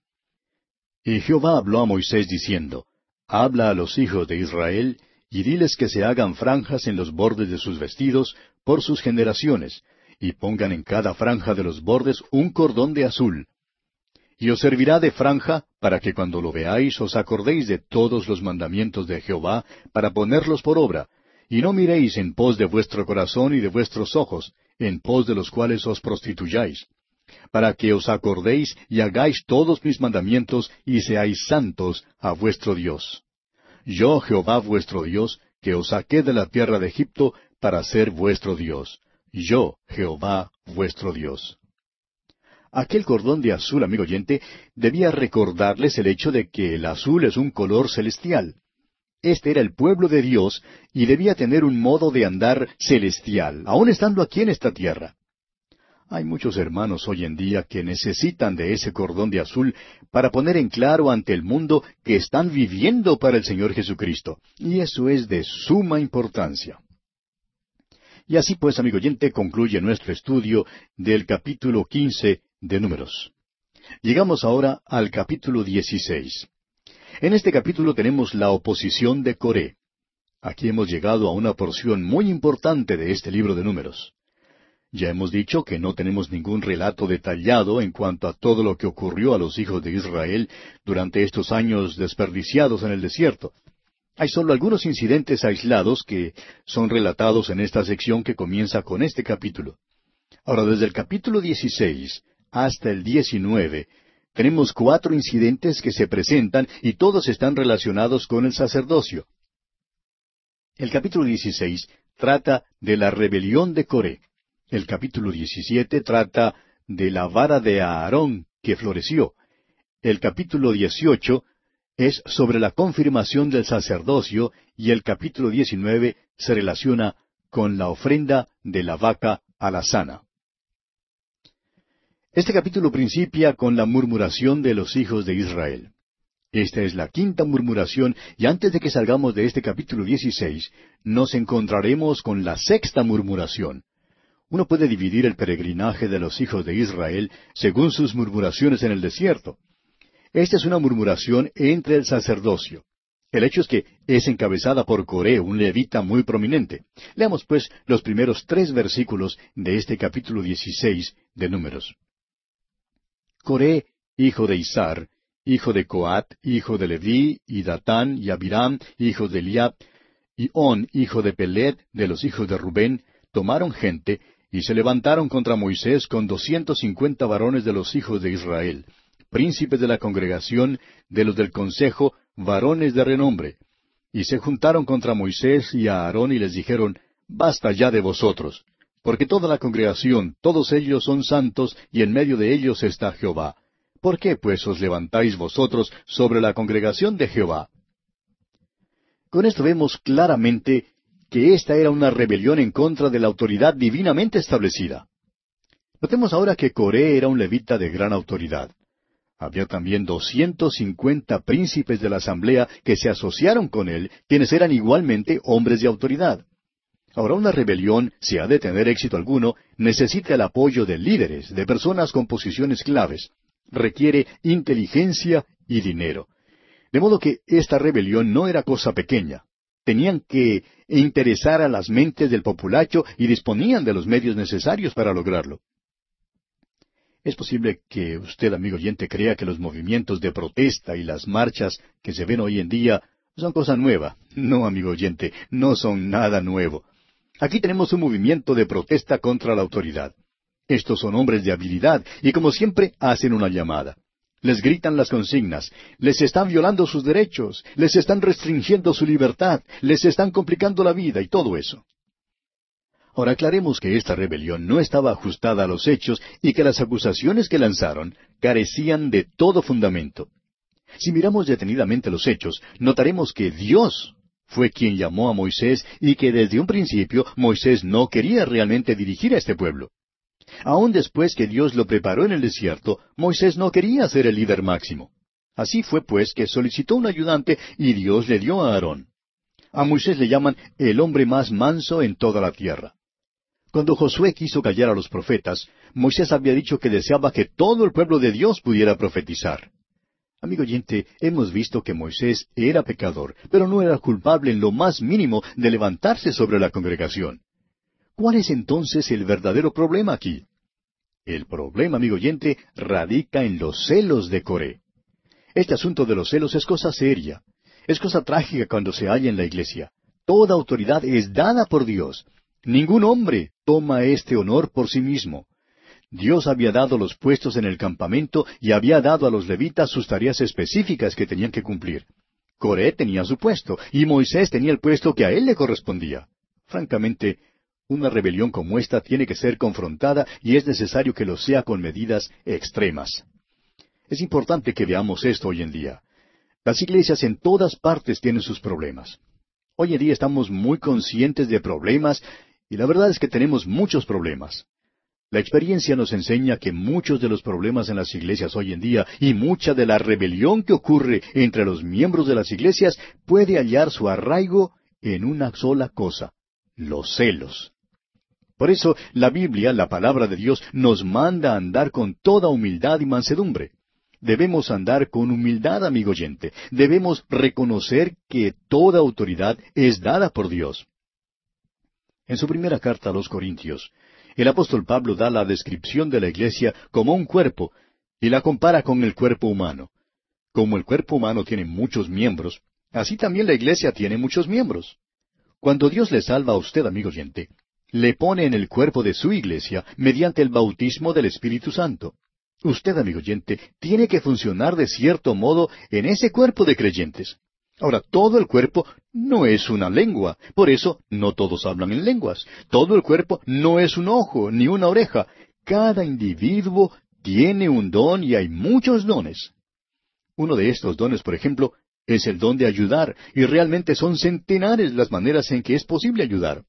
A: Y Jehová habló a Moisés diciendo: Habla a los hijos de Israel, y diles que se hagan franjas en los bordes de sus vestidos por sus generaciones, y pongan en cada franja de los bordes un cordón de azul. Y os servirá de franja, para que cuando lo veáis os acordéis de todos los mandamientos de Jehová, para ponerlos por obra, y no miréis en pos de vuestro corazón y de vuestros ojos, en pos de los cuales os prostituyáis, para que os acordéis y hagáis todos mis mandamientos, y seáis santos a vuestro Dios. Yo, Jehová vuestro Dios, que os saqué de la tierra de Egipto, para ser vuestro Dios. Yo, Jehová vuestro Dios. Aquel cordón de azul, amigo oyente, debía recordarles el hecho de que el azul es un color celestial. Este era el pueblo de Dios y debía tener un modo de andar celestial, aun estando aquí en esta tierra. Hay muchos hermanos hoy en día que necesitan de ese cordón de azul para poner en claro ante el mundo que están viviendo para el Señor Jesucristo, y eso es de suma importancia. Y así pues, amigo oyente, concluye nuestro estudio del capítulo quince de Números. Llegamos ahora al capítulo dieciséis. En este capítulo tenemos la oposición de Coré. Aquí hemos llegado a una porción muy importante de este libro de Números. Ya hemos dicho que no tenemos ningún relato detallado en cuanto a todo lo que ocurrió a los hijos de Israel durante estos años desperdiciados en el desierto. Hay solo algunos incidentes aislados que son relatados en esta sección que comienza con este capítulo. Ahora, desde el capítulo dieciséis hasta el diecinueve, tenemos cuatro incidentes que se presentan y todos están relacionados con el sacerdocio. El capítulo dieciséis trata de la rebelión de Coré. El capítulo diecisiete trata de la vara de Aarón que floreció. El capítulo dieciocho es sobre la confirmación del sacerdocio y el capítulo diecinueve se relaciona con la ofrenda de la vaca alazana. Este capítulo principia con la murmuración de los hijos de Israel. Esta es la quinta murmuración, y antes de que salgamos de este capítulo dieciséis, nos encontraremos con la sexta murmuración. Uno puede dividir el peregrinaje de los hijos de Israel según sus murmuraciones en el desierto. Esta es una murmuración entre el sacerdocio. El hecho es que es encabezada por Coré, un levita muy prominente. Leamos pues los primeros tres versículos de este capítulo dieciséis de Números. Coré, hijo de Izar, hijo de Coat, hijo de Leví, y Datán, y Abiram, hijo de Eliab, y On, hijo de Pelet, de los hijos de Rubén, tomaron gente, y se levantaron contra Moisés con doscientos cincuenta varones de los hijos de Israel, príncipes de la congregación, de los del consejo, varones de renombre. Y se juntaron contra Moisés y a Aarón y les dijeron, basta ya de vosotros, porque toda la congregación, todos ellos son santos, y en medio de ellos está Jehová. ¿Por qué pues os levantáis vosotros sobre la congregación de Jehová? Con esto vemos claramente que esta era una rebelión en contra de la autoridad divinamente establecida. Notemos ahora que Coré era un levita de gran autoridad. Había también doscientos cincuenta príncipes de la asamblea que se asociaron con él, quienes eran igualmente hombres de autoridad. Ahora, una rebelión, si ha de tener éxito alguno, necesita el apoyo de líderes, de personas con posiciones claves. Requiere inteligencia y dinero. De modo que esta rebelión no era cosa pequeña. Tenían que interesar a las mentes del populacho y disponían de los medios necesarios para lograrlo. Es posible que usted, amigo oyente, crea que los movimientos de protesta y las marchas que se ven hoy en día son cosa nueva. No, amigo oyente, no son nada nuevo. Aquí tenemos un movimiento de protesta contra la autoridad. Estos son hombres de habilidad y como siempre hacen una llamada. Les gritan las consignas, les están violando sus derechos, les están restringiendo su libertad, les están complicando la vida y todo eso. Ahora aclaremos que esta rebelión no estaba ajustada a los hechos y que las acusaciones que lanzaron carecían de todo fundamento. Si miramos detenidamente los hechos, notaremos que Dios fue quien llamó a Moisés y que desde un principio Moisés no quería realmente dirigir a este pueblo. Aun después que Dios lo preparó en el desierto, Moisés no quería ser el líder máximo. Así fue pues que solicitó un ayudante y Dios le dio a Aarón. A Moisés le llaman el hombre más manso en toda la tierra. Cuando Josué quiso callar a los profetas, Moisés había dicho que deseaba que todo el pueblo de Dios pudiera profetizar. Amigo oyente, hemos visto que Moisés era pecador, pero no era culpable en lo más mínimo de levantarse sobre la congregación. ¿Cuál es entonces el verdadero problema aquí? El problema, amigo oyente, radica en los celos de Coré. Este asunto de los celos es cosa seria. Es cosa trágica cuando se halla en la iglesia. Toda autoridad es dada por Dios. Ningún hombre toma este honor por sí mismo. Dios había dado los puestos en el campamento y había dado a los levitas sus tareas específicas que tenían que cumplir. Coré tenía su puesto y Moisés tenía el puesto que a él le correspondía. Francamente, Una rebelión como esta tiene que ser confrontada y es necesario que lo sea con medidas extremas. Es importante que veamos esto hoy en día. Las iglesias en todas partes tienen sus problemas. Hoy en día estamos muy conscientes de problemas y la verdad es que tenemos muchos problemas. La experiencia nos enseña que muchos de los problemas en las iglesias hoy en día y mucha de la rebelión que ocurre entre los miembros de las iglesias puede hallar su arraigo en una sola cosa: los celos. Por eso la Biblia, la palabra de Dios, nos manda a andar con toda humildad y mansedumbre. Debemos andar con humildad, amigo oyente. Debemos reconocer que toda autoridad es dada por Dios. En su primera carta a los Corintios, el apóstol Pablo da la descripción de la iglesia como un cuerpo y la compara con el cuerpo humano. Como el cuerpo humano tiene muchos miembros, así también la iglesia tiene muchos miembros. Cuando Dios le salva a usted, amigo oyente, le pone en el cuerpo de su iglesia mediante el bautismo del Espíritu Santo. Usted, amigo oyente, tiene que funcionar de cierto modo en ese cuerpo de creyentes. Ahora, todo el cuerpo no es una lengua, por eso no todos hablan en lenguas. Todo el cuerpo no es un ojo ni una oreja. Cada individuo tiene un don y hay muchos dones. Uno de estos dones, por ejemplo, es el don de ayudar, y realmente son centenares las maneras en que es posible ayudar.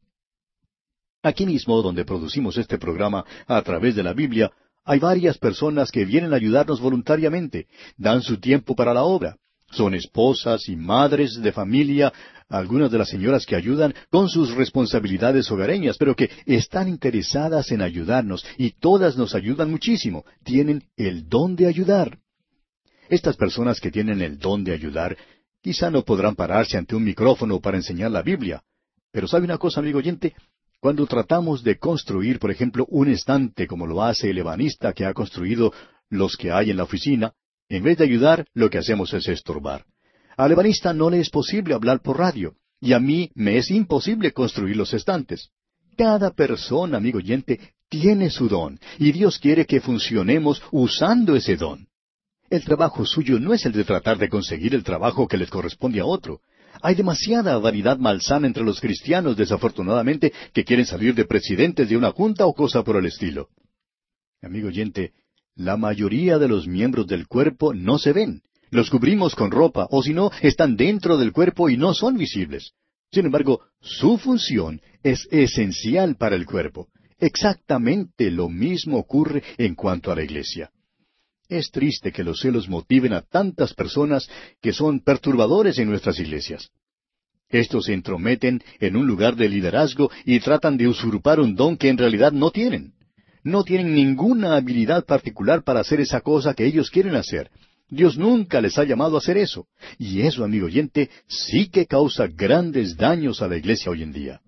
A: Aquí mismo, donde producimos este programa a través de la Biblia, hay varias personas que vienen a ayudarnos voluntariamente, dan su tiempo para la obra. Son esposas y madres de familia, algunas de las señoras que ayudan con sus responsabilidades hogareñas, pero que están interesadas en ayudarnos, y todas nos ayudan muchísimo. Tienen el don de ayudar. Estas personas que tienen el don de ayudar, quizá no podrán pararse ante un micrófono para enseñar la Biblia. Pero ¿sabe una cosa, amigo oyente? Cuando tratamos de construir, por ejemplo, un estante como lo hace el ebanista que ha construido los que hay en la oficina, en vez de ayudar, lo que hacemos es estorbar. Al ebanista no le es posible hablar por radio, y a mí me es imposible construir los estantes. Cada persona, amigo oyente, tiene su don, y Dios quiere que funcionemos usando ese don. El trabajo suyo no es el de tratar de conseguir el trabajo que les corresponde a otro. Hay demasiada variedad malsana entre los cristianos, desafortunadamente, que quieren salir de presidentes de una junta o cosa por el estilo. Amigo oyente, la mayoría de los miembros del cuerpo no se ven. Los cubrimos con ropa, o si no, están dentro del cuerpo y no son visibles. Sin embargo, su función es esencial para el cuerpo. Exactamente lo mismo ocurre en cuanto a la iglesia. Es triste que los celos motiven a tantas personas que son perturbadores en nuestras iglesias. Estos se entrometen en un lugar de liderazgo y tratan de usurpar un don que en realidad no tienen. No tienen ninguna habilidad particular para hacer esa cosa que ellos quieren hacer. Dios nunca les ha llamado a hacer eso. Y eso, amigo oyente, sí que causa grandes daños a la iglesia hoy en día.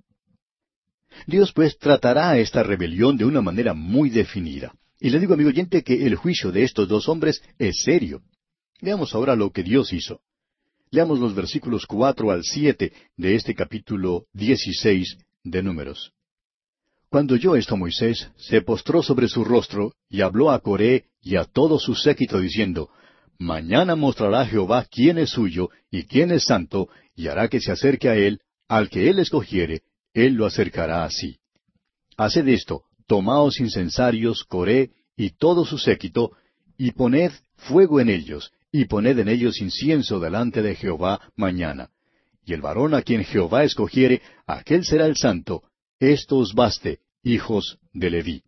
A: Dios pues tratará a esta rebelión de una manera muy definida. Y le digo, amigo oyente, que el juicio de estos dos hombres es serio. Veamos ahora lo que Dios hizo. Leamos los versículos cuatro al siete de este capítulo dieciséis de Números. Cuando oyó esto Moisés, se postró sobre su rostro, y habló a Coré y a todo su séquito, diciendo, Mañana mostrará Jehová quién es suyo y quién es santo, y hará que se acerque a él, al que él escogiere, él lo acercará a sí. Haced esto, tomaos incensarios, Coré y todo su séquito, y poned fuego en ellos, y poned en ellos incienso delante de Jehová mañana. Y el varón a quien Jehová escogiere, aquel será el santo. Esto os baste, hijos de Leví.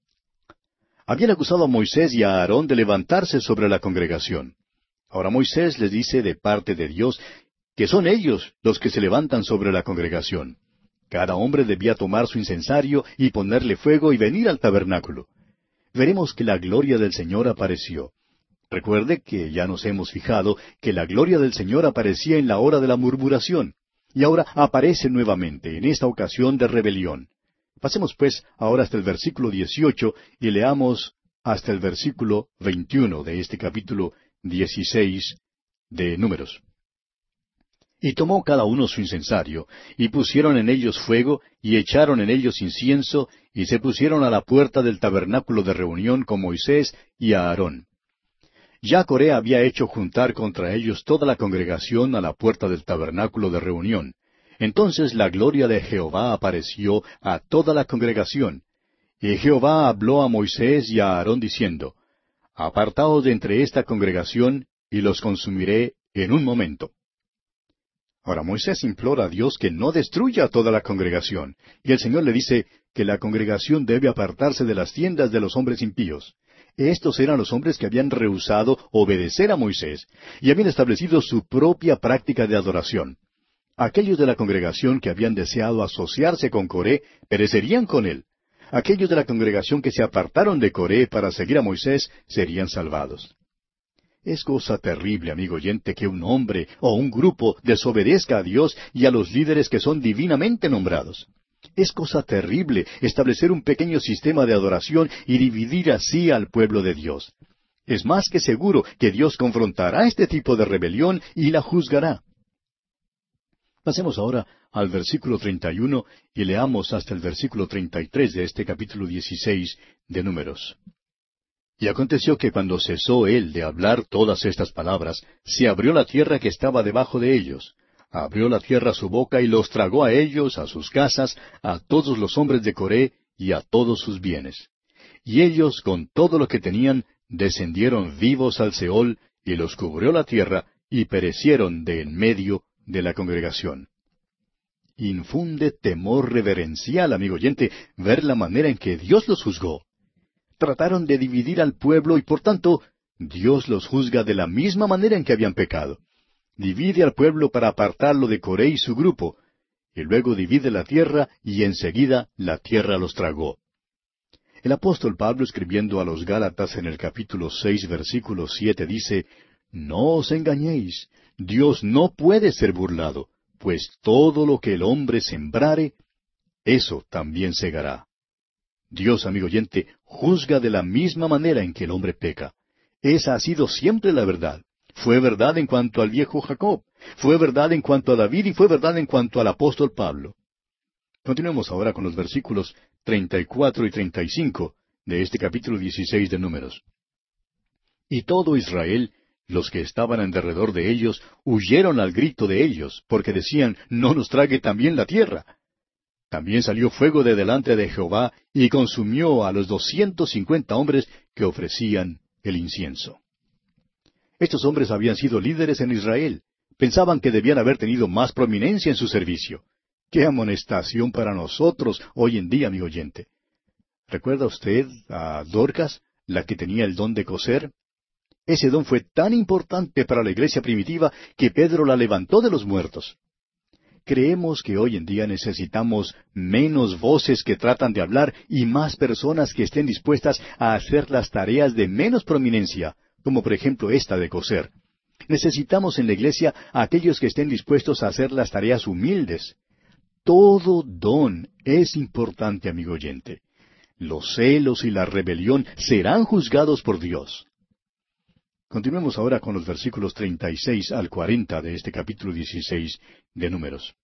A: Habían acusado a Moisés y a Aarón de levantarse sobre la congregación. Ahora Moisés les dice de parte de Dios que son ellos los que se levantan sobre la congregación. Cada hombre debía tomar su incensario y ponerle fuego y venir al tabernáculo. Veremos que la gloria del Señor apareció. Recuerde que ya nos hemos fijado que la gloria del Señor aparecía en la hora de la murmuración, y ahora aparece nuevamente, en esta ocasión de rebelión. Pasemos pues ahora hasta el versículo dieciocho y leamos hasta el versículo veintiuno de este capítulo dieciséis de Números. Y tomó cada uno su incensario, y pusieron en ellos fuego, y echaron en ellos incienso, y se pusieron a la puerta del tabernáculo de reunión con Moisés y a Aarón. Ya Coré había hecho juntar contra ellos toda la congregación a la puerta del tabernáculo de reunión. Entonces la gloria de Jehová apareció a toda la congregación. Y Jehová habló a Moisés y a Aarón diciendo, Apartaos de entre esta congregación, y los consumiré en un momento. Ahora Moisés implora a Dios que no destruya a toda la congregación, y el Señor le dice que la congregación debe apartarse de las tiendas de los hombres impíos. Estos eran los hombres que habían rehusado obedecer a Moisés, y habían establecido su propia práctica de adoración. Aquellos de la congregación que habían deseado asociarse con Coré perecerían con él. Aquellos de la congregación que se apartaron de Coré para seguir a Moisés serían salvados. Es cosa terrible, amigo oyente, que un hombre o un grupo desobedezca a Dios y a los líderes que son divinamente nombrados. Es cosa terrible establecer un pequeño sistema de adoración y dividir así al pueblo de Dios. Es más que seguro que Dios confrontará este tipo de rebelión y la juzgará. Pasemos ahora al versículo treinta y uno y leamos hasta el versículo treinta y tres de este capítulo dieciséis de Números. Y aconteció que cuando cesó él de hablar todas estas palabras, se abrió la tierra que estaba debajo de ellos. Abrió la tierra su boca y los tragó a ellos, a sus casas, a todos los hombres de Coré y a todos sus bienes. Y ellos, con todo lo que tenían, descendieron vivos al Seol, y los cubrió la tierra, y perecieron de en medio de la congregación. Infunde temor reverencial, amigo oyente, ver la manera en que Dios los juzgó. Trataron de dividir al pueblo y por tanto Dios los juzga de la misma manera en que habían pecado. Divide al pueblo para apartarlo de Coré y su grupo, y luego divide la tierra y enseguida la tierra los tragó. El apóstol Pablo, escribiendo a los Gálatas en el capítulo seis, versículo siete, dice, No os engañéis, Dios no puede ser burlado, pues todo lo que el hombre sembrare, eso también segará. Dios, amigo oyente, juzga de la misma manera en que el hombre peca. Esa ha sido siempre la verdad. Fue verdad en cuanto al viejo Jacob, fue verdad en cuanto a David y fue verdad en cuanto al apóstol Pablo. Continuemos ahora con los versículos treinta y cuatro y treinta y cinco de este capítulo dieciséis de Números. Y todo Israel, los que estaban en derredor de ellos, huyeron al grito de ellos, porque decían, No nos trague también la tierra. También salió fuego de delante de Jehová y consumió a los doscientos cincuenta hombres que ofrecían el incienso. Estos hombres habían sido líderes en Israel. Pensaban que debían haber tenido más prominencia en su servicio. ¡Qué amonestación para nosotros hoy en día, amigo oyente! ¿Recuerda usted a Dorcas, la que tenía el don de coser? Ese don fue tan importante para la iglesia primitiva que Pedro la levantó de los muertos. Creemos que hoy en día necesitamos menos voces que tratan de hablar y más personas que estén dispuestas a hacer las tareas de menos prominencia, como por ejemplo esta de coser. Necesitamos en la iglesia a aquellos que estén dispuestos a hacer las tareas humildes. Todo don es importante, amigo oyente. Los celos y la rebelión serán juzgados por Dios. Continuemos ahora con los versículos treinta y seis al cuarenta de este capítulo dieciséis de Números.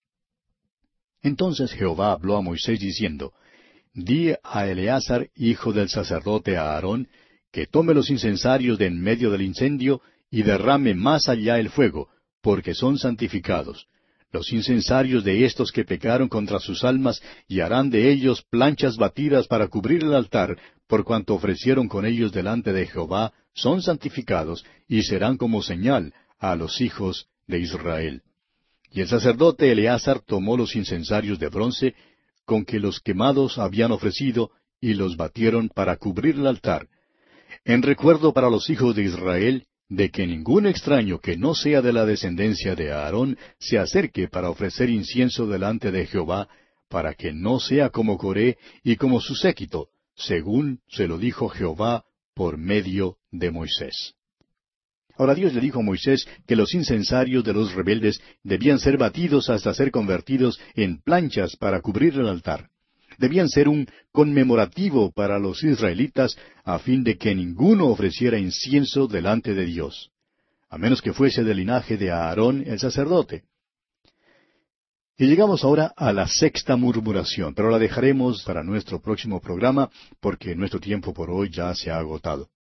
A: Entonces Jehová habló a Moisés diciendo, Di a Eleazar, hijo del sacerdote Aarón, que tome los incensarios de en medio del incendio y derrame más allá el fuego, porque son santificados. Los incensarios de estos que pecaron contra sus almas, y harán de ellos planchas batidas para cubrir el altar, por cuanto ofrecieron con ellos delante de Jehová, son santificados, y serán como señal a los hijos de Israel. Y el sacerdote Eleazar tomó los incensarios de bronce, con que los quemados habían ofrecido, y los batieron para cubrir el altar, en recuerdo para los hijos de Israel, de que ningún extraño que no sea de la descendencia de Aarón se acerque para ofrecer incienso delante de Jehová, para que no sea como Coré y como su séquito, según se lo dijo Jehová por medio de Moisés. Ahora Dios le dijo a Moisés que los incensarios de los rebeldes debían ser batidos hasta ser convertidos en planchas para cubrir el altar. Debían ser un conmemorativo para los israelitas a fin de que ninguno ofreciera incienso delante de Dios, a menos que fuese del linaje de Aarón el sacerdote. Y llegamos ahora a la sexta murmuración, pero la dejaremos para nuestro próximo programa porque nuestro tiempo por hoy ya se ha agotado.